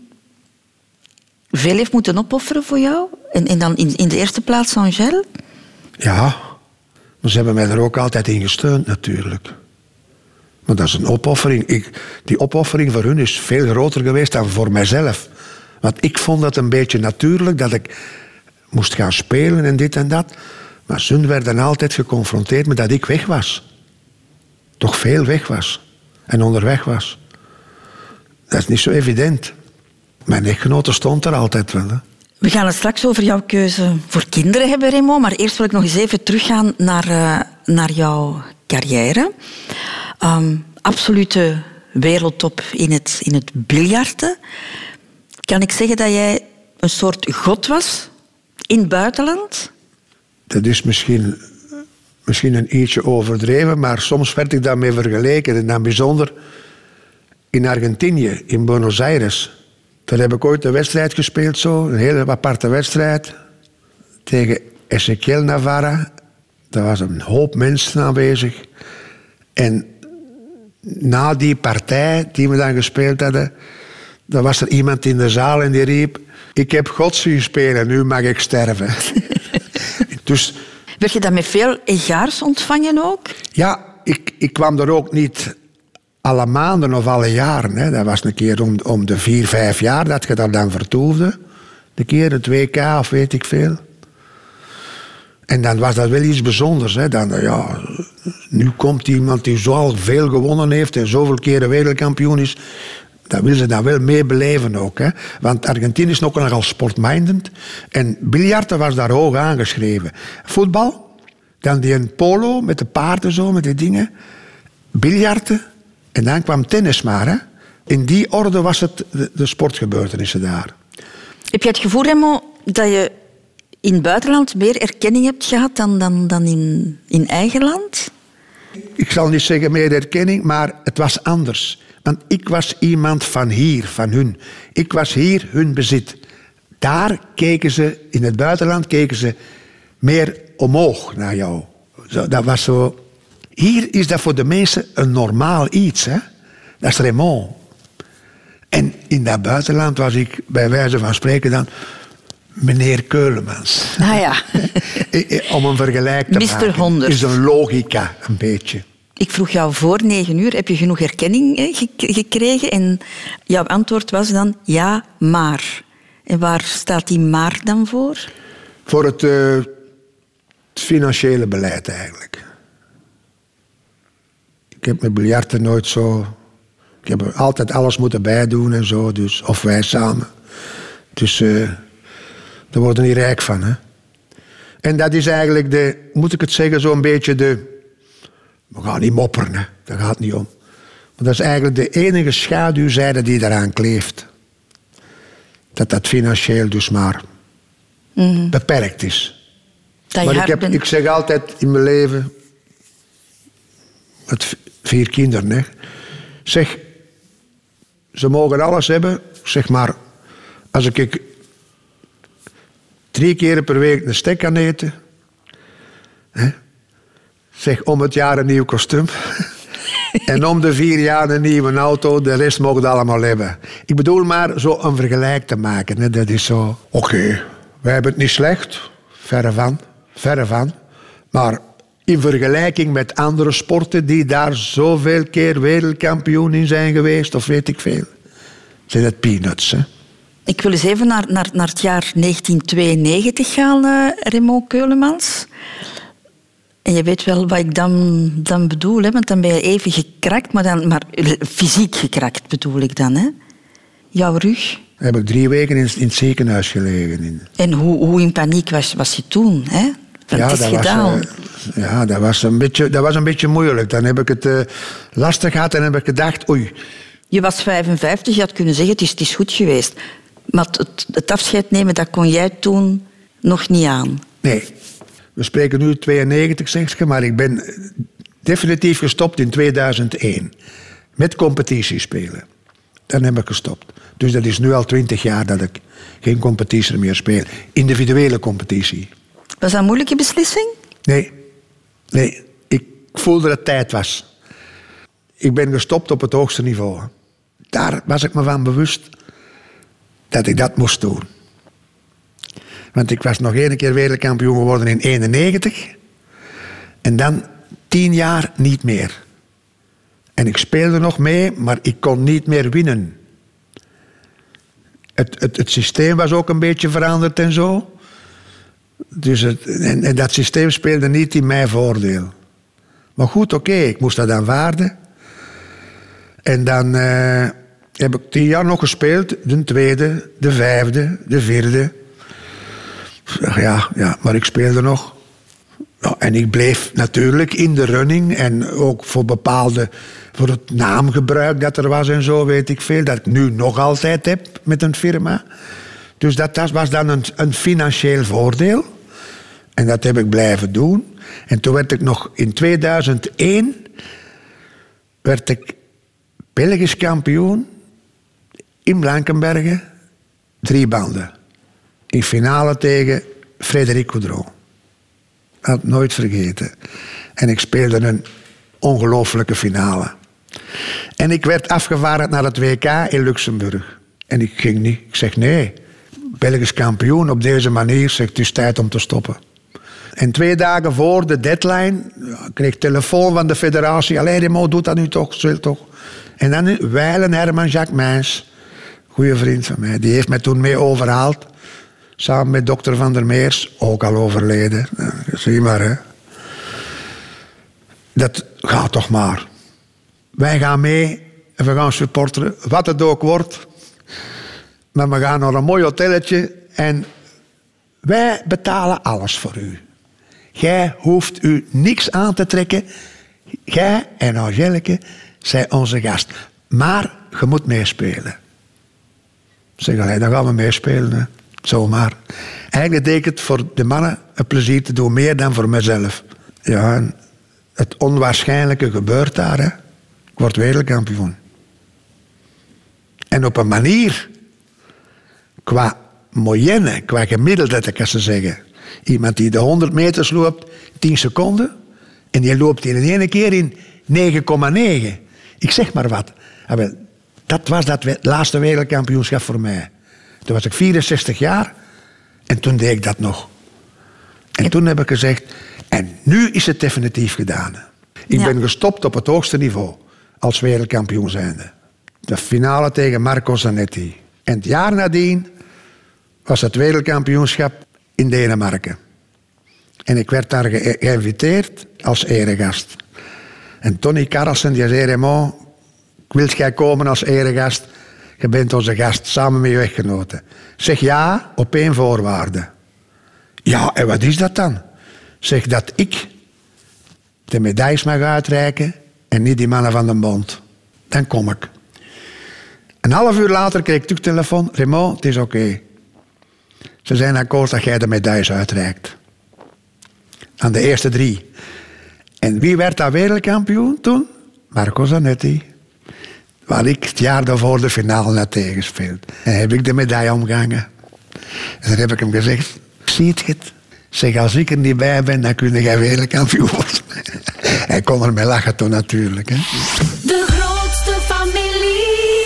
S1: veel heeft moeten opofferen voor jou? En, en dan in, in de eerste plaats Angèle?
S3: Ja, maar ze hebben mij er ook altijd in gesteund natuurlijk. Maar dat is een opoffering. Ik, die opoffering voor hun is veel groter geweest dan voor mijzelf. Want ik vond dat een beetje natuurlijk, dat ik moest gaan spelen en dit en dat. Maar ze werden altijd geconfronteerd met dat ik weg was. Toch veel weg was. En onderweg was. Dat is niet zo evident. Mijn echtgenote stond er altijd wel. Hè.
S1: We gaan het straks over jouw keuze voor kinderen hebben, Remo. Maar eerst wil ik nog eens even teruggaan naar, uh, naar jouw carrière. Um, absolute wereldtop in het, in het biljarten. Kan ik zeggen dat jij een soort god was in het buitenland?
S3: Dat is misschien, misschien een ietsje overdreven, maar soms werd ik daarmee vergeleken. En dan bijzonder in Argentinië, in Buenos Aires. Daar heb ik ooit een wedstrijd gespeeld, zo, een hele aparte wedstrijd. Tegen Ezequiel Navarra. Daar was een hoop mensen aanwezig. En na die partij die we dan gespeeld hadden, dan was er iemand in de zaal en die riep: ik heb God zien spelen, nu mag ik sterven. Dus,
S1: werd je dat met veel egaars ontvangen ook?
S3: Ja, ik, ik kwam er ook niet alle maanden of alle jaren. Hè. Dat was een keer om, om de vier, vijf jaar dat je daar dan vertoefde. Een keer het W K of weet ik veel. En dan was dat wel iets bijzonders. Hè. Dan, ja, nu komt iemand die zo al veel gewonnen heeft en zoveel keren wereldkampioen is. Dat wil ze dan wel meebeleven ook. Hè. Want Argentinië is ook nogal sportminded. En biljarten was daar hoog aangeschreven. Voetbal, dan die een polo met de paarden zo, met die dingen. Biljarten. En dan kwam tennis maar. Hè. In die orde was het de, de sportgebeurtenissen daar.
S1: Heb je het gevoel, Remo, dat je in het buitenland meer erkenning hebt gehad dan, dan, dan in, in eigen land?
S3: Ik zal niet zeggen meer erkenning, maar het was anders. Want ik was iemand van hier, van hun. Ik was hier hun bezit. Daar keken ze, in het buitenland keken ze meer omhoog naar jou. Zo, dat was zo... Hier is dat voor de mensen een normaal iets. Hè? Dat is Raymond. En in dat buitenland was ik, bij wijze van spreken dan, meneer Keulemans.
S1: Ah ja.
S3: Om een vergelijk te
S1: mister
S3: maken.
S1: honderd.
S3: Is een logica, een beetje.
S1: Ik vroeg jou voor negen uur, heb je genoeg erkenning eh, gekregen? En jouw antwoord was dan ja, maar. En waar staat die maar dan voor?
S3: Voor het, uh, het financiële beleid eigenlijk. Ik heb met biljarten nooit zo... Ik heb er altijd alles moeten bijdoen en zo, dus, of wij samen. Dus uh, daar worden we niet rijk van. Hè? En dat is eigenlijk de, moet ik het zeggen, zo'n beetje de... We gaan niet mopperen, hè. Daar gaat het niet om. Maar dat is eigenlijk de enige schaduwzijde die daaraan kleeft. Dat dat financieel dus maar mm-hmm. beperkt is.
S1: Dat
S3: maar
S1: je
S3: ik, heb,
S1: bent...
S3: ik zeg altijd in mijn leven... Met vier kinderen, hè. Zeg, ze mogen alles hebben. Zeg maar, als ik drie keer per week een steak kan eten... Hè, zeg, om het jaar een nieuw kostuum. En om de vier jaar een nieuwe auto. De rest mogen het allemaal hebben. Ik bedoel maar zo een vergelijk te maken. Hè. Dat is zo... Oké, okay, wij hebben het niet slecht. Verre van. Verre van. Maar in vergelijking met andere sporten die daar zoveel keer wereldkampioen in zijn geweest, of weet ik veel, zijn het peanuts. Hè?
S1: Ik wil eens even naar, naar, naar het jaar negentien tweeënnegentig gaan, uh, Raymond Keulemans. En je weet wel wat ik dan, dan bedoel, hè? Want dan ben je even gekrakt, maar, dan, maar fysiek gekrakt bedoel ik dan. Hè? Jouw rug.
S3: Heb ik drie weken in, in het ziekenhuis gelegen.
S1: En hoe, hoe in paniek was, was je toen? Hè? Want
S3: ja,
S1: het is
S3: dat
S1: gedaan.
S3: Was, uh, ja, dat was, een beetje, dat was een beetje moeilijk. Dan heb ik het uh, lastig gehad en heb ik gedacht, oei.
S1: Je was vijfenvijftig, je had kunnen zeggen, het is, het is goed geweest. Maar het, het afscheid nemen, dat kon jij toen nog niet aan.
S3: Nee. We spreken nu tweeënnegentig, zeg je, maar ik ben definitief gestopt in tweeduizend één. Met competitie spelen. Dan heb ik gestopt. Dus dat is nu al twintig jaar dat ik geen competitie meer speel. Individuele competitie.
S1: Was dat een moeilijke beslissing?
S3: Nee. Nee. Ik voelde dat het tijd was. Ik ben gestopt op het hoogste niveau. Daar was ik me van bewust dat ik dat moest doen. Want ik was nog één keer wereldkampioen geworden in eenennegentig. En dan tien jaar niet meer. En ik speelde nog mee, maar ik kon niet meer winnen. Het, het, het systeem was ook een beetje veranderd en zo. Dus het, en, en dat systeem speelde niet in mijn voordeel. Maar goed, oké, okay, ik moest dat aanvaarden. En dan uh, heb ik tien jaar nog gespeeld. De tweede, de vijfde, de vierde. Ja, ja, maar ik speelde nog. Nou, en ik bleef natuurlijk in de running. En ook voor bepaalde... voor het naamgebruik dat er was en zo, weet ik veel. Dat ik nu nog altijd heb met een firma. Dus dat, dat was dan een, een financieel voordeel. En dat heb ik blijven doen. En toen werd ik nog in tweeduizend één... werd ik Belgisch kampioen in Blankenberge. Drie banden. In finale tegen Frédéric Coudreau. Had nooit vergeten. En ik speelde een ongelooflijke finale. En ik werd afgevaardigd naar het W K in Luxemburg. En ik ging niet. Ik zeg nee, Belgisch kampioen op deze manier. Zeg, het is tijd om te stoppen. En twee dagen voor de deadline kreeg ik telefoon van de federatie. Allee, Remo, doet dat nu toch? Zul toch? En dan wijlen Herman Jacques Mijns, goede vriend van mij, die heeft mij toen mee overhaald. Samen met dokter Van der Meers, ook al overleden. Ja, zie maar, hè. Dat gaat toch maar. Wij gaan mee en we gaan supporteren, wat het ook wordt. Maar we gaan naar een mooi hotelletje en wij betalen alles voor u. Jij hoeft u niks aan te trekken. Jij en Angelique zijn onze gast. Maar je moet meespelen. Ik zeg, allee, dan gaan we meespelen. Hè. Zomaar. Eigenlijk deed ik het voor de mannen een plezier te doen, meer dan voor mezelf. Ja, en het onwaarschijnlijke gebeurt daar. Hè. Ik word wereldkampioen. En op een manier, qua moyenne, qua gemiddelde, dat kan ze zeggen. Iemand die de honderd meters loopt, tien seconden. En die loopt hier in één keer in negen komma negen. Ik zeg maar wat. Dat was dat laatste wereldkampioenschap voor mij. Toen was ik vierenzestig jaar en toen deed ik dat nog. En toen heb ik gezegd, en nu is het definitief gedaan. Ik ja. ben gestopt op het hoogste niveau als wereldkampioen zijnde. De finale tegen Marco Zanetti. En het jaar nadien was het wereldkampioenschap in Denemarken. En ik werd daar ge- geïnviteerd als eregast. En Tony Karlsen die zei, Raymond, wil jij komen als eregast? Je bent onze gast, samen met je echtgenote. Zeg ja, op één voorwaarde. Ja, en wat is dat dan? Zeg dat ik de medailles mag uitreiken en niet die mannen van de bond. Dan kom ik. Een half uur later kreeg ik terug telefoon. Raymond, het is oké. Okay. Ze zijn akkoord dat jij de medailles uitreikt. Aan de eerste drie. En wie werd daar wereldkampioen toen? Marco Zanetti. Waar ik het jaar daarvoor de finale had tegengespeeld. En heb ik de medaille omgehangen. En dan heb ik hem gezegd, zie je het? Zeg, als ik er niet bij ben, dan kun jij wereldkampioen worden. Hij kon ermee lachen toen natuurlijk. Hè.
S2: De grootste familie.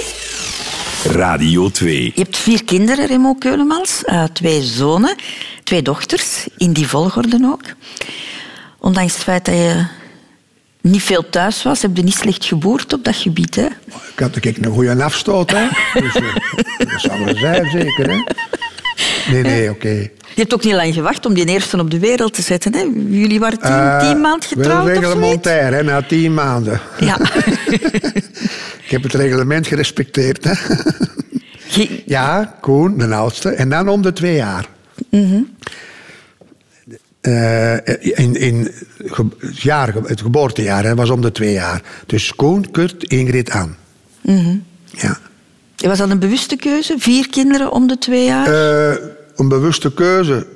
S4: Radio twee.
S1: Je hebt vier kinderen, Remo Keulemans. Uh, twee zonen, twee dochters. In die volgorde ook. Ondanks het feit dat je niet veel thuis was, heb je niet slecht geboerd op dat gebied, hè?
S3: Ik had kijk, een goede afstoot, hè. Dus, uh, dat zou wel zijn, zeker, hè. Nee, nee, oké. Okay.
S1: Je hebt ook niet lang gewacht om die eerste op de wereld te zetten. Hè? Jullie waren tien,
S3: Uh,
S1: tien maanden getrouwd of zoiets?
S3: Reglementair, hè, na tien maanden.
S1: Ja.
S3: Ik heb het reglement gerespecteerd. Hè.
S1: Ge-
S3: Ja, Koen, de oudste. En dan om de twee jaar.
S1: Mm-hmm.
S3: Uh, in, in ge- het, jaar, het geboortejaar hè, was om de twee jaar. Dus Koen, Kurt, Ingrid, Anne.
S1: Mm-hmm.
S3: Ja.
S1: Was dat een bewuste keuze? Vier kinderen om de twee jaar?
S3: Uh, een bewuste keuze.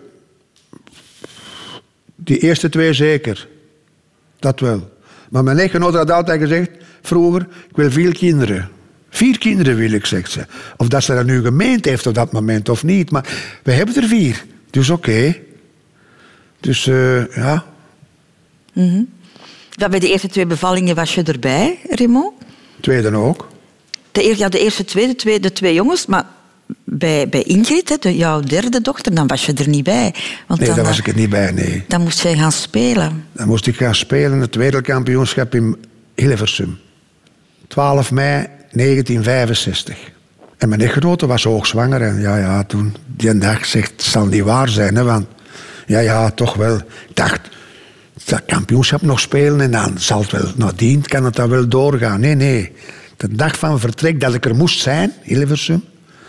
S3: Die eerste twee zeker. Dat wel. Maar mijn echtgenoot had altijd gezegd, vroeger, ik wil vier kinderen. Vier kinderen wil ik, zegt ze. Of dat ze dat nu gemeend heeft op dat moment of niet. Maar we hebben er vier. Dus oké. Okay. Dus uh, ja.
S1: Mm-hmm. Dat bij de eerste twee bevallingen was je erbij, Raymond?
S3: Tweede ook.
S1: De, eer, ja, de eerste twee, de twee, de twee jongens. Maar bij, bij Ingrid, hè, de, jouw derde dochter, dan was je er niet bij. Want
S3: nee,
S1: dan,
S3: daar was ik er niet bij, nee.
S1: Dan moest jij gaan spelen.
S3: Dan moest ik gaan spelen het wereldkampioenschap in Hilversum. twaalf mei negentien vijfenzestig. En mijn echtgenote was hoogzwanger. En ja, ja, toen, die dag zegt, het zal niet waar zijn, hè, want... Ja, ja, toch wel. Ik dacht, dat kampioenschap nog spelen en dan zal het wel, nadien kan het dan wel doorgaan. Nee, nee. De dag van vertrek dat ik er moest zijn, Hilversum.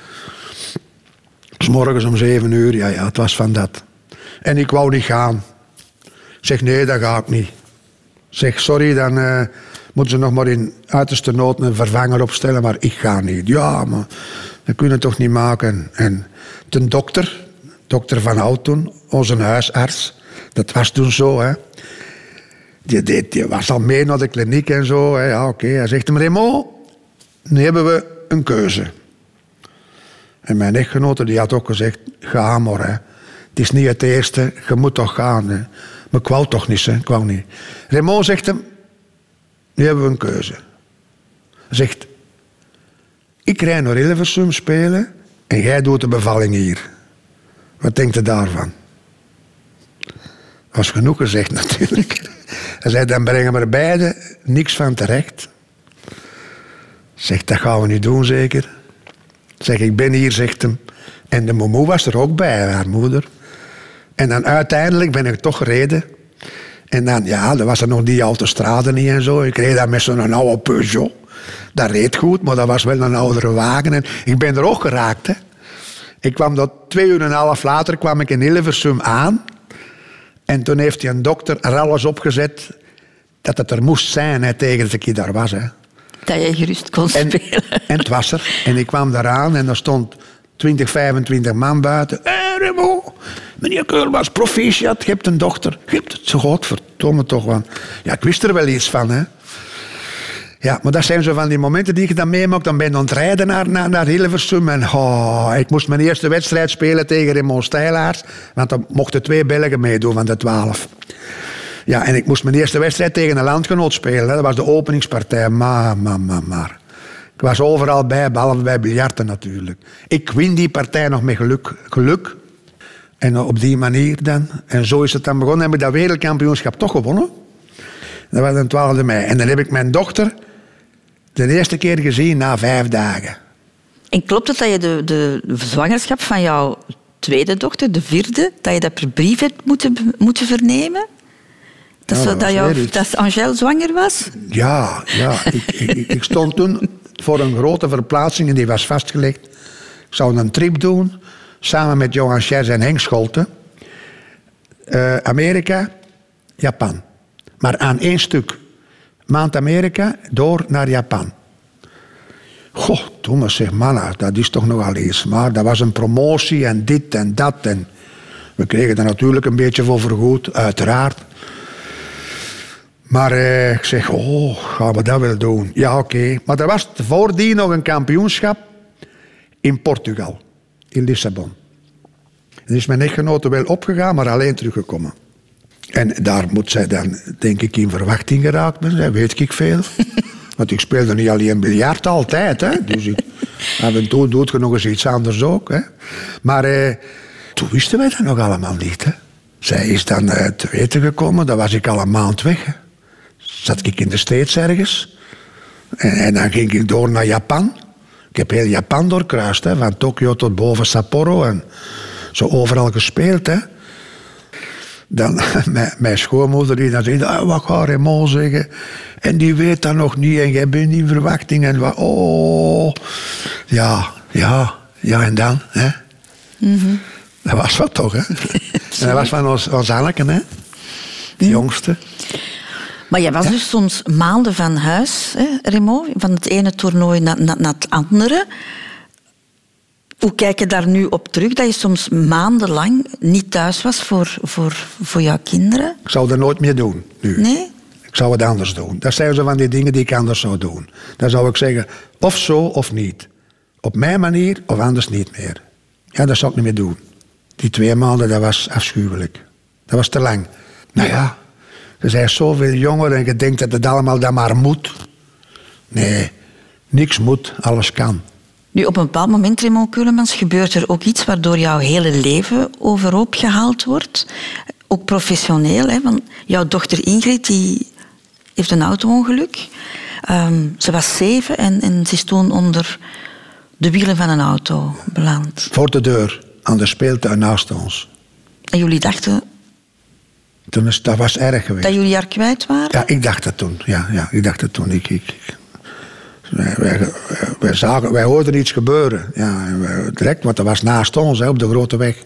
S3: 'S morgens om zeven uur, ja, ja, het was van dat. En ik wou niet gaan. Ik zeg, nee, dat ga ik niet. Ik zeg, sorry, dan uh, moeten ze nog maar in uiterste nood een vervanger opstellen, maar ik ga niet. Ja, maar dat kunnen we toch niet maken. En de dokter, dokter Van Hout toen, onze huisarts, dat was toen zo, hè. Die, die, die was al mee naar de kliniek en zo. Hè. Ja, oké. Okay. Hij zegt hem, Raymond, nu hebben we een keuze. En mijn echtgenote die had ook gezegd, ga maar. Hè. Het is niet het eerste, je moet toch gaan. Hè. Maar ik wou toch niet, hè. Ik wou niet. Raymond zegt hem, nu hebben we een keuze. Hij zegt, ik rij naar Hilversum spelen en jij doet de bevalling hier. Wat denkt u daarvan? Was genoeg gezegd natuurlijk. Hij zei, dan brengen we er beide niks van terecht. Zegt, dat gaan we niet doen zeker. Zeg, ik ben hier, zegt hem. En de momoe was er ook bij, haar moeder. En dan uiteindelijk ben ik toch gereden. En dan, ja, er was er nog die autostrade niet en zo. Ik reed daar met zo'n oude Peugeot. Dat reed goed, maar dat was wel een oudere wagen. En ik ben er ook geraakt, hè. Ik kwam dat twee uur en een half later kwam ik in Hilversum aan. En toen heeft hij een dokter er alles opgezet dat het er moest zijn, hè, tegen dat ik daar was. Hè.
S1: Dat je gerust kon
S3: en,
S1: spelen.
S3: En het was er. En ik kwam daaraan en er stond twintig, vijfentwintig man buiten. Hé, hey, Raymond, meneer Keulmans, proficiat, je hebt een dochter. Je hebt het zo goed, verdomme toch. Want ja, ik wist er wel iets van, hè. Ja, maar dat zijn zo van die momenten die je dan meemaakt. Dan ben je aan het rijden naar, naar, naar Hilversum. En oh, ik moest mijn eerste wedstrijd spelen tegen Raymond Stijlaars. Want dan mochten twee Belgen meedoen van de twaalf. Ja, en ik moest mijn eerste wedstrijd tegen een landgenoot spelen. Hè. Dat was de openingspartij. Maar, maar, maar, maar. Ik was overal bij, behalve bij biljarten natuurlijk. Ik win die partij nog met geluk. Geluk. En op die manier dan. En zo is het dan begonnen. Heb ik dat wereldkampioenschap toch gewonnen. Dat was de twaalfde mei. En dan heb ik mijn dochter de eerste keer gezien na vijf dagen.
S1: En klopt het dat je de, de zwangerschap van jouw tweede dochter, de vierde, dat je dat per brief hebt moeten, moeten vernemen? Dat,
S3: Ja,
S1: zo,
S3: dat
S1: dat,
S3: was
S1: jou,
S3: weer iets.
S1: dat Angèle zwanger was?
S3: Ja, ja. ik, ik, ik stond toen voor een grote verplaatsing en die was vastgelegd. Ik zou een trip doen, samen met Johan Schers en Henk Scholte. Uh, Amerika, Japan. Maar aan één stuk. Maand Amerika, door naar Japan. Goh, Thomas zegt, man, dat is toch nogal iets. Maar dat was een promotie en dit en dat. En we kregen er natuurlijk een beetje voor vergoed, uiteraard. Maar eh, ik zeg, oh, gaan we dat wel doen? Ja, oké. Okay. Maar er was voordien nog een kampioenschap in Portugal. In Lissabon. En is mijn echtgenote wel opgegaan, maar alleen teruggekomen. En daar moet zij dan, denk ik, in verwachting geraakt zijn. Weet ik veel. Want ik speelde niet alleen biljart altijd. Hè. Dus ik, af en toe doet je nog eens iets anders ook. Hè. Maar eh, toen wisten wij dat nog allemaal niet. Hè. Zij is dan uh, te weten gekomen. Dan was ik al een maand weg. Hè. Zat ik in de States ergens. En, en dan ging ik door naar Japan. Ik heb heel Japan doorkruist. Hè. Van Tokio tot boven Sapporo. En zo overal gespeeld, hè. Dan mijn, mijn schoonmoeder die dan zei, ah, wat gaat Raymond zeggen? En die weet dat nog niet en jij bent in verwachting. En wat, oh, ja, ja, ja en dan, hè. Mm-hmm. Dat was wat toch, hè. En dat was van ons, ons Anneke, hè. De jongste.
S1: Maar jij was ja. dus soms maanden van huis, hè, Raymond, van het ene toernooi naar, naar, naar het andere. Hoe kijk je daar nu op terug, dat je soms maandenlang niet thuis was voor, voor, voor jouw kinderen?
S3: Ik zou dat nooit meer doen, nu.
S1: Nee?
S3: Ik zou het anders doen. Dat zijn zo van die dingen die ik anders zou doen. Dan zou ik zeggen, of zo of niet. Op mijn manier of anders niet meer. Ja, dat zou ik niet meer doen. Die twee maanden, dat was afschuwelijk. Dat was te lang. Nou ja, er zijn zoveel jongeren en je denkt dat het allemaal dan maar moet. Nee, niks moet, alles kan.
S1: Nu, op een bepaald moment, Raymond Keulemans, gebeurt er ook iets waardoor jouw hele leven overhoop gehaald wordt. Ook professioneel, hè, want jouw dochter Ingrid die heeft een auto-ongeluk. Um, ze was zeven en, en ze is toen onder de wielen van een auto beland.
S3: Voor de deur, aan de speeltuin naast ons.
S1: En jullie dachten...
S3: Toen is, dat was erg geweest.
S1: Dat jullie haar kwijt waren?
S3: Ja, ik dacht dat toen. Ja, ja ik dacht dat toen. Ik, ik, wij, wij, wij, zagen, wij hoorden iets gebeuren. Ja, wij, direct, want dat was naast ons, hè, op de grote weg.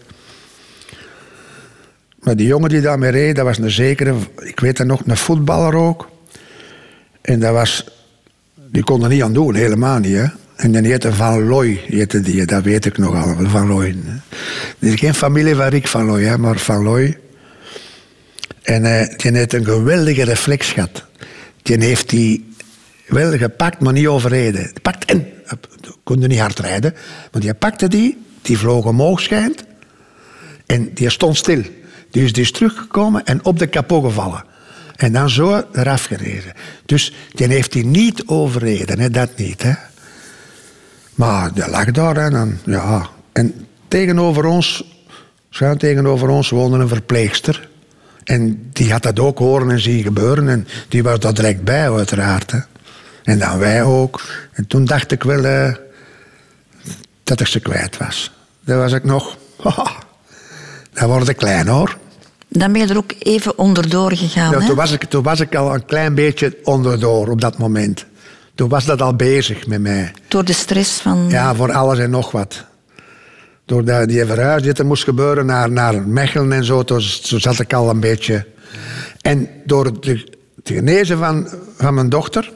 S3: Maar die jongen die daarmee reed, dat was een zekere... Ik weet het nog, een voetballer ook. En dat was... Die kon er niet aan doen, helemaal niet, hè. En die heette Van Looy, heette die, dat weet ik nog al, Van Looy. Het is geen familie van Rick Van Looy, hè, maar Van Looy. En uh, die heeft een geweldige reflex gehad. Die heeft die wel gepakt, maar niet overreden. Die pakt en, kon niet hard rijden, maar die pakte die, die vloog omhoog schijnt. En die stond stil. Dus die is teruggekomen en op de kapot gevallen. En dan zo eraf gereden. Dus die heeft die niet overreden, hè, dat niet, hè. Maar die lag daar en dan, ja. En tegenover ons, schuin tegenover ons, woonde een verpleegster. En die had dat ook horen en zien gebeuren. En die was daar direct bij, uiteraard. Hè. En dan wij ook. En toen dacht ik wel uh, dat ik ze kwijt was. Dat was ik nog... Dan word ik klein, hoor.
S1: Dan ben je er ook even onderdoor gegaan,
S3: ja,
S1: hè?
S3: Toen was, ik, toen was ik al een klein beetje onderdoor op dat moment. Toen was dat al bezig met mij.
S1: Door de stress van...
S3: Ja, voor alles en nog wat. Doordat die verhuis die er moest gebeuren naar, naar Mechelen en zo, toen, toen zat ik al een beetje... En door de, te genezen van, van mijn dochter...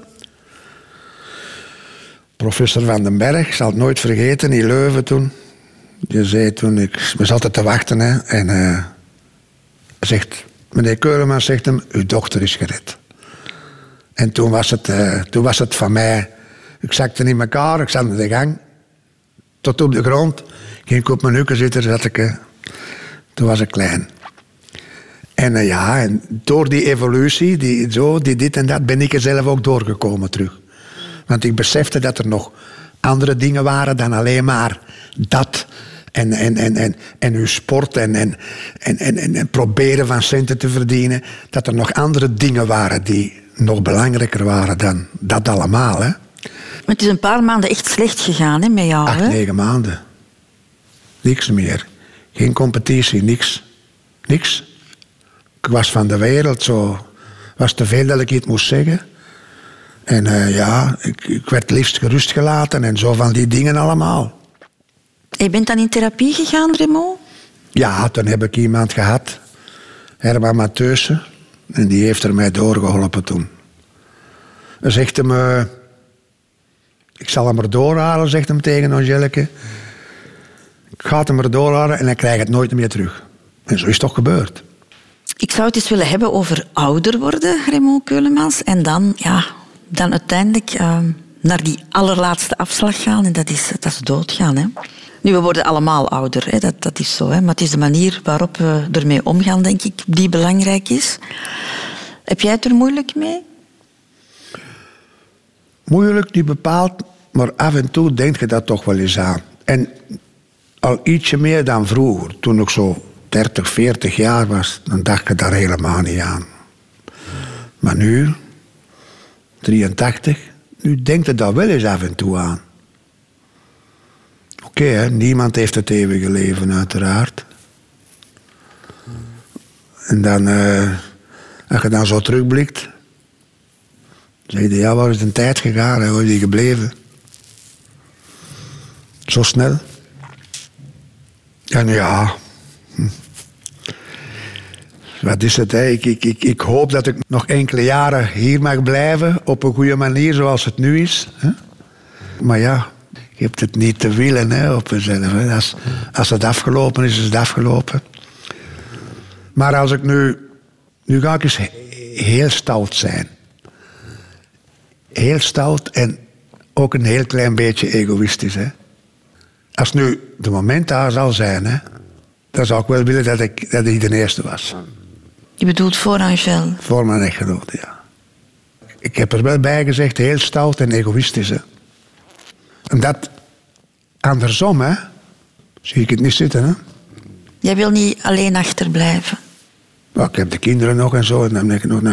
S3: Professor Van den Berg, ik zal het nooit vergeten, in Leuven toen... Die zei toen, ik we zaten te wachten, hè, en... Uh, zegt, meneer Keulemans zegt hem, uw dochter is gered. En toen was het, uh, toen was het van mij... Ik zakte in elkaar, ik zat in de gang... Tot op de grond. Ging ik op mijn nukken zitten, zat ik... Uh, toen was ik klein. En uh, ja, en door die evolutie, die, zo, die dit en dat... ben ik er zelf ook doorgekomen terug. Want ik besefte dat er nog andere dingen waren... dan alleen maar dat... En, en, en, en, en uw sport en, en, en, en, en proberen van centen te verdienen... dat er nog andere dingen waren die nog belangrijker waren dan dat allemaal. Hè.
S1: Het is een paar maanden echt slecht gegaan, hè, met jou.
S3: Acht,
S1: hè?
S3: negen maanden. Niks meer. Geen competitie, niks. Niks. Ik was van de wereld, zo... was te veel dat ik iets moest zeggen. En uh, ja, ik, ik werd liefst gerust gelaten en zo van die dingen allemaal.
S1: Je bent dan in therapie gegaan, Raymond?
S3: Ja, toen heb ik iemand gehad. Herman Matheusen. En die heeft er mij doorgeholpen toen. Hij zegt hem... Uh, ik zal hem er doorhalen, zegt hem tegen Angelique. Ik ga hem er doorhalen en dan krijg ik het nooit meer terug. En zo is het toch gebeurd. Ik
S1: zou het eens willen hebben over ouder worden, Raymond Keulemans. En dan, ja, dan uiteindelijk uh, naar die allerlaatste afslag gaan. En dat is, dat is doodgaan, hè. Nu, we worden allemaal ouder, hè. Dat, dat is zo. Hè. Maar het is de manier waarop we ermee omgaan, denk ik, die belangrijk is. Heb jij het er moeilijk mee?
S3: Moeilijk, niet bepaald. Maar af en toe denk je dat toch wel eens aan. En al ietsje meer dan vroeger. Toen ik zo dertig, veertig jaar was, dan dacht je daar helemaal niet aan. Maar nu, drieëntachtig, nu denk je daar wel eens af en toe aan. Oké, okay, niemand heeft het eeuwige leven, uiteraard. En dan, uh, als je dan zo terugblikt, zeg je, ja, waar is de tijd gegaan en waar is die gebleven? Zo snel. En ja, hm. Wat is het, hè? Ik, ik, ik, ik hoop dat ik nog enkele jaren hier mag blijven, op een goede manier zoals het nu is. Hè? Maar ja, je hebt het niet te willen, hè, op jezelf. Hè? Als, als het afgelopen is, is het afgelopen. Maar als ik nu... Nu ga ik eens heel stout zijn. Heel stout en ook een heel klein beetje egoïstisch. Hè? Als nu de moment daar zal zijn, hè, dan zou ik wel willen dat ik, dat ik de eerste was.
S1: Je bedoelt voor Angel?
S3: Voor mijn echtgenote, ja. Ik heb er wel bij gezegd, heel stout en egoïstisch. Hè. En dat andersom, hè, zie ik het niet zitten. Hè.
S1: Jij wil niet alleen achterblijven?
S3: Nou, ik heb de kinderen nog en zo. En dan denk ik nog, nee.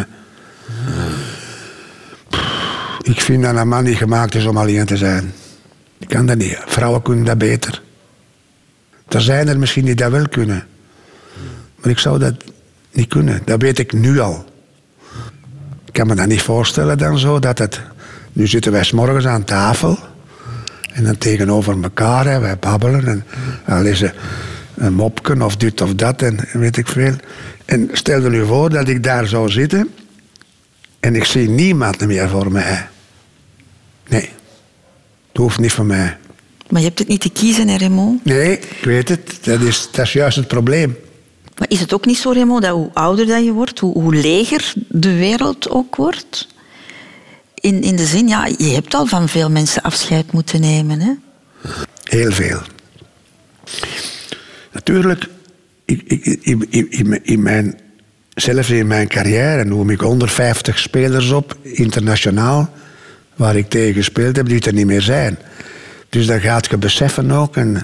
S3: Ik vind dat een man niet gemaakt is om alleen te zijn. Ik kan dat niet. Vrouwen kunnen dat beter. Er zijn er misschien die dat wel kunnen. Maar ik zou dat niet kunnen. Dat weet ik nu al. Ik kan me dat niet voorstellen dan zo. Dat het... Nu zitten wij 's morgens aan tafel. En dan tegenover elkaar. Hè, wij babbelen. En dan lezen een mopken of dit of dat. En weet ik veel. En stel je nu voor dat ik daar zou zitten. En ik zie niemand meer voor mij. Nee. Dat hoeft niet van mij.
S1: Maar je hebt het niet te kiezen, hè, Raymond?
S3: Nee, ik weet het. Dat is, dat is juist het probleem.
S1: Maar is het ook niet zo, Raymond, dat hoe ouder dat je wordt, hoe, hoe leger de wereld ook wordt? In, in de zin, ja, je hebt al van veel mensen afscheid moeten nemen, hè?
S3: Heel veel. Natuurlijk, ik, ik, in, in, in mijn, zelfs in mijn carrière noem ik honderdvijftig spelers op, internationaal, waar ik tegen gespeeld heb, die er niet meer zijn. Dus dat gaat je beseffen ook. Oké,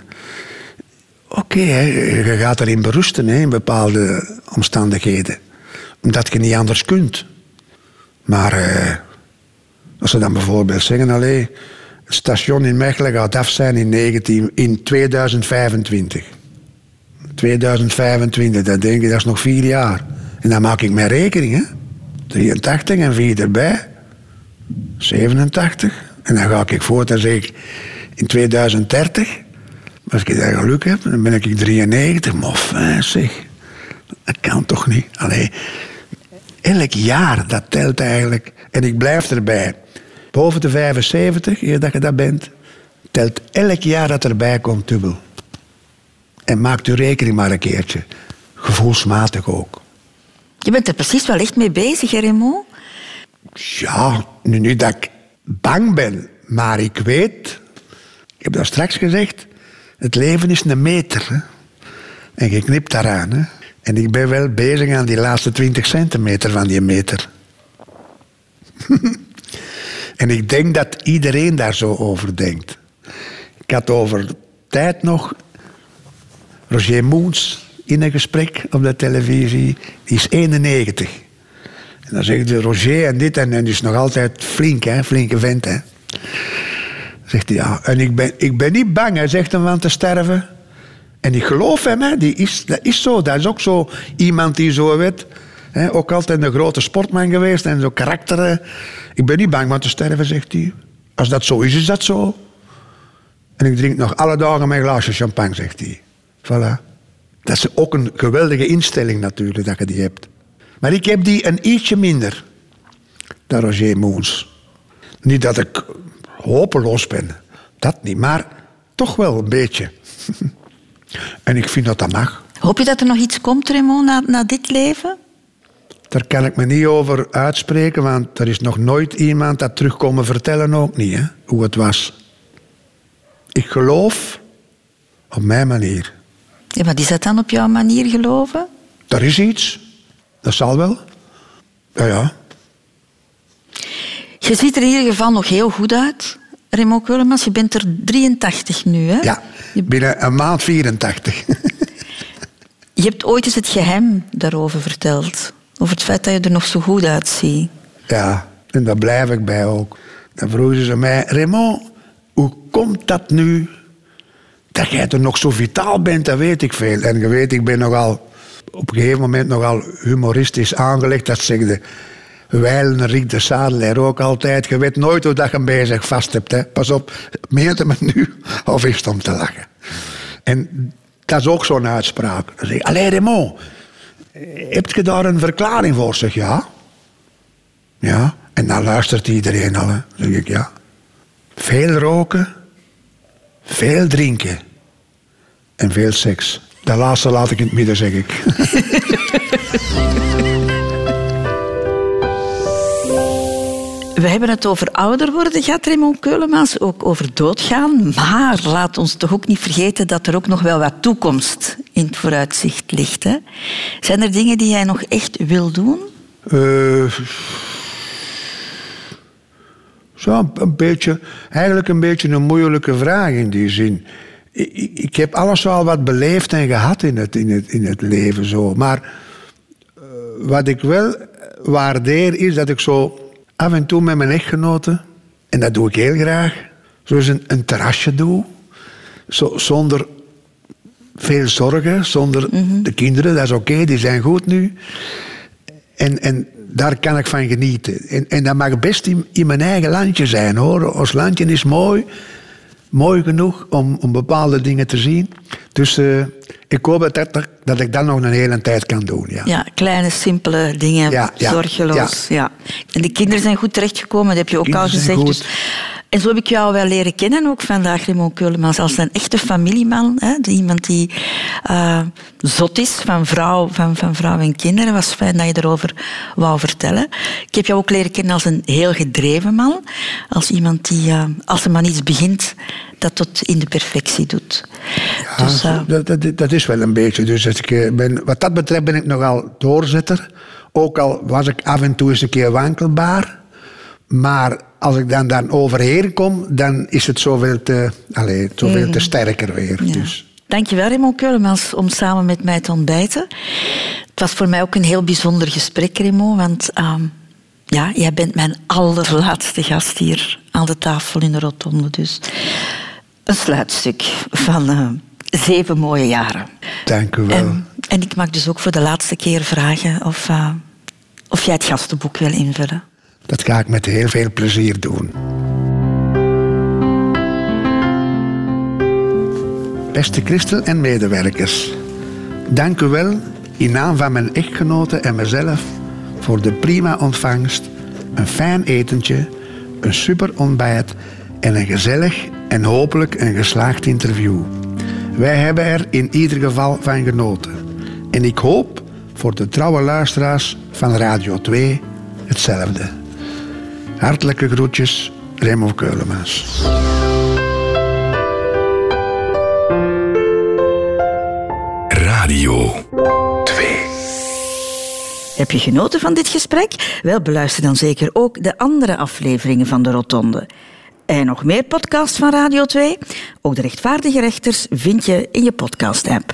S3: okay, je gaat erin berusten, hè, in bepaalde omstandigheden. Omdat je niet anders kunt. Maar uh, als ze dan bijvoorbeeld zeggen, allee, het station in Mechelen gaat af zijn in, negentien, in tweeduizend vijfentwintig. tweeduizend vijfentwintig, dan denk je, dat is nog vier jaar. En dan maak ik mijn rekening, hè. drieëntachtig en vier erbij. zevenentachtig. En dan ga ik voort en zeg ik, in tweeduizend dertig, als ik dat geluk heb, dan ben ik drieënnegentig. Mof, hè, zeg. Dat kan toch niet? Allee, elk jaar, dat telt eigenlijk. En ik blijf erbij. Boven de vijfenzeventig, eer dat je dat bent, telt elk jaar dat erbij komt dubbel. En maakt u rekening maar een keertje. Gevoelsmatig ook.
S1: Je bent er precies wel echt mee bezig, hè, Raymond?
S3: Ja, nu niet dat ik bang ben, maar ik weet... Ik heb dat straks gezegd, het leven is een meter. Hè? En je knipt daaraan. Hè? En ik ben wel bezig aan die laatste twintig centimeter van die meter. En ik denk dat iedereen daar zo over denkt. Ik had over tijd nog Roger Moens in een gesprek op de televisie. Die is eenennegentig. En dan zegt de Roger en dit en, en die is nog altijd flink, hè? Flinke vent, hè. Zegt hij, ja, en ik ben, ik ben niet bang, hij zegt hem, van te sterven. En ik geloof hem, hè, die is, dat is zo. Dat is ook zo iemand die zo weet. Hè, ook altijd een grote sportman geweest en zo karakter. Hè. Ik ben niet bang van te sterven, zegt hij. Als dat zo is, is dat zo. En ik drink nog alle dagen mijn glaasje champagne, zegt hij. Voilà. Dat is ook een geweldige instelling natuurlijk, dat je die hebt. Maar ik heb die een ietsje minder dan Roger Moens. Niet dat ik hopeloos ben, dat niet, maar toch wel een beetje. En ik vind dat dat mag.
S1: Hoop je dat er nog iets komt, Raymond, na, na dit leven?
S3: Daar kan ik me niet over uitspreken, want er is nog nooit iemand dat terug komen vertellen, ook niet, hè, hoe het was. Ik geloof op mijn manier.
S1: Ja, wat is dat dan, op jouw manier geloven?
S3: Er is iets. Dat zal wel. Ja, ja.
S1: Je ziet er in ieder geval nog heel goed uit, Raymond Keulemans. Je bent er drieëntachtig nu, hè?
S3: Ja, binnen een maand vierentachtig.
S1: Je hebt ooit eens het geheim daarover verteld. Over het feit dat je er nog zo goed uitziet.
S3: Ja, en daar blijf ik bij ook. Dan vroegen ze mij, Raymond, hoe komt dat nu dat jij er nog zo vitaal bent, dat weet ik veel. En je weet, ik ben nogal op een gegeven moment nogal humoristisch aangelegd. Dat zegde wijlen Rick de Sadelaar ook altijd. Je weet nooit hoe dat je hem bij zich vast hebt. Hè. Pas op, meent hem het nu of is het om te lachen? En dat is ook zo'n uitspraak. Dan zeg ik, allee Raymond, heb je daar een verklaring voor? Zeg ja. Ja, en dan luistert iedereen al. Hè. Dan zeg ik ja. Veel roken, veel drinken en veel seks. Dat laatste laat ik in het midden, zeg ik.
S1: We hebben het over ouder worden gehad, Raymond Keulemans, ook over doodgaan. Maar laat ons toch ook niet vergeten dat er ook nog wel wat toekomst in het vooruitzicht ligt. Hè? Zijn er dingen die jij nog echt wil doen?
S3: Uh, zo een beetje, eigenlijk een beetje een moeilijke vraag in die zin. Ik, ik heb alles wel wat beleefd en gehad in het, in het, in het leven. Zo. Maar uh, wat ik wel waardeer is dat ik zo af en toe met mijn echtgenote, en dat doe ik heel graag, zo eens een, een terrasje doe. Zo, zonder veel zorgen, zonder mm-hmm. de kinderen, dat is oké, okay, die zijn goed nu. En, en daar kan ik van genieten. En, en dat mag best in, in mijn eigen landje zijn, hoor. Ons landje is mooi. Mooi genoeg om, om bepaalde dingen te zien. Dus uh, ik hoop dat, dat ik dat nog een hele tijd kan doen. Ja,
S1: ja kleine, simpele dingen, ja, ja, zorgeloos. Ja. Ja. En de kinderen zijn goed terechtgekomen, dat heb je ook kinderen al gezegd. Dus, en zo heb ik jou wel leren kennen, ook vandaag, Raymond Keulemans, als een echte familieman. Hè? Iemand die uh, zot is van vrouw, van, van vrouw en kinderen. Het was fijn dat je erover wou vertellen. Ik heb jou ook leren kennen als een heel gedreven man. Als iemand die, uh, als een man iets begint, dat tot in de perfectie doet.
S3: Ja, dus, uh, dat, dat, dat is wel een beetje. Dus ik ben, wat dat betreft ben ik nogal doorzetter. Ook al was ik af en toe eens een keer wankelbaar. Maar als ik dan, dan overheen kom, dan is het zoveel te, allez, zoveel te sterker weer.
S1: Ja. Dus. Dankjewel, Raymond Keulemans, om samen met mij te ontbijten. Het was voor mij ook een heel bijzonder gesprek, Raymond. Want um, ja, jij bent mijn allerlaatste gast hier aan de tafel in de rotonde. Dus een sluitstuk van uh, zeven mooie jaren.
S3: Dank u wel.
S1: En, en ik mag dus ook voor de laatste keer vragen of, uh, of jij het gastenboek wil invullen.
S3: Dat ga ik met heel veel plezier doen. Beste Christel en medewerkers, dank u wel in naam van mijn echtgenote en mezelf voor de prima ontvangst, een fijn etentje, een super ontbijt en een gezellig en hopelijk een geslaagd interview. Wij hebben er in ieder geval van genoten. En ik hoop voor de trouwe luisteraars van Radio twee hetzelfde. Hartelijke groetjes, Raymond Keulemans.
S4: Radio twee.
S1: Heb je genoten van dit gesprek? Wel, beluister dan zeker ook de andere afleveringen van de Rotonde. En nog meer podcasts van Radio twee? Ook de Rechtvaardige Rechters vind je in je podcast-app.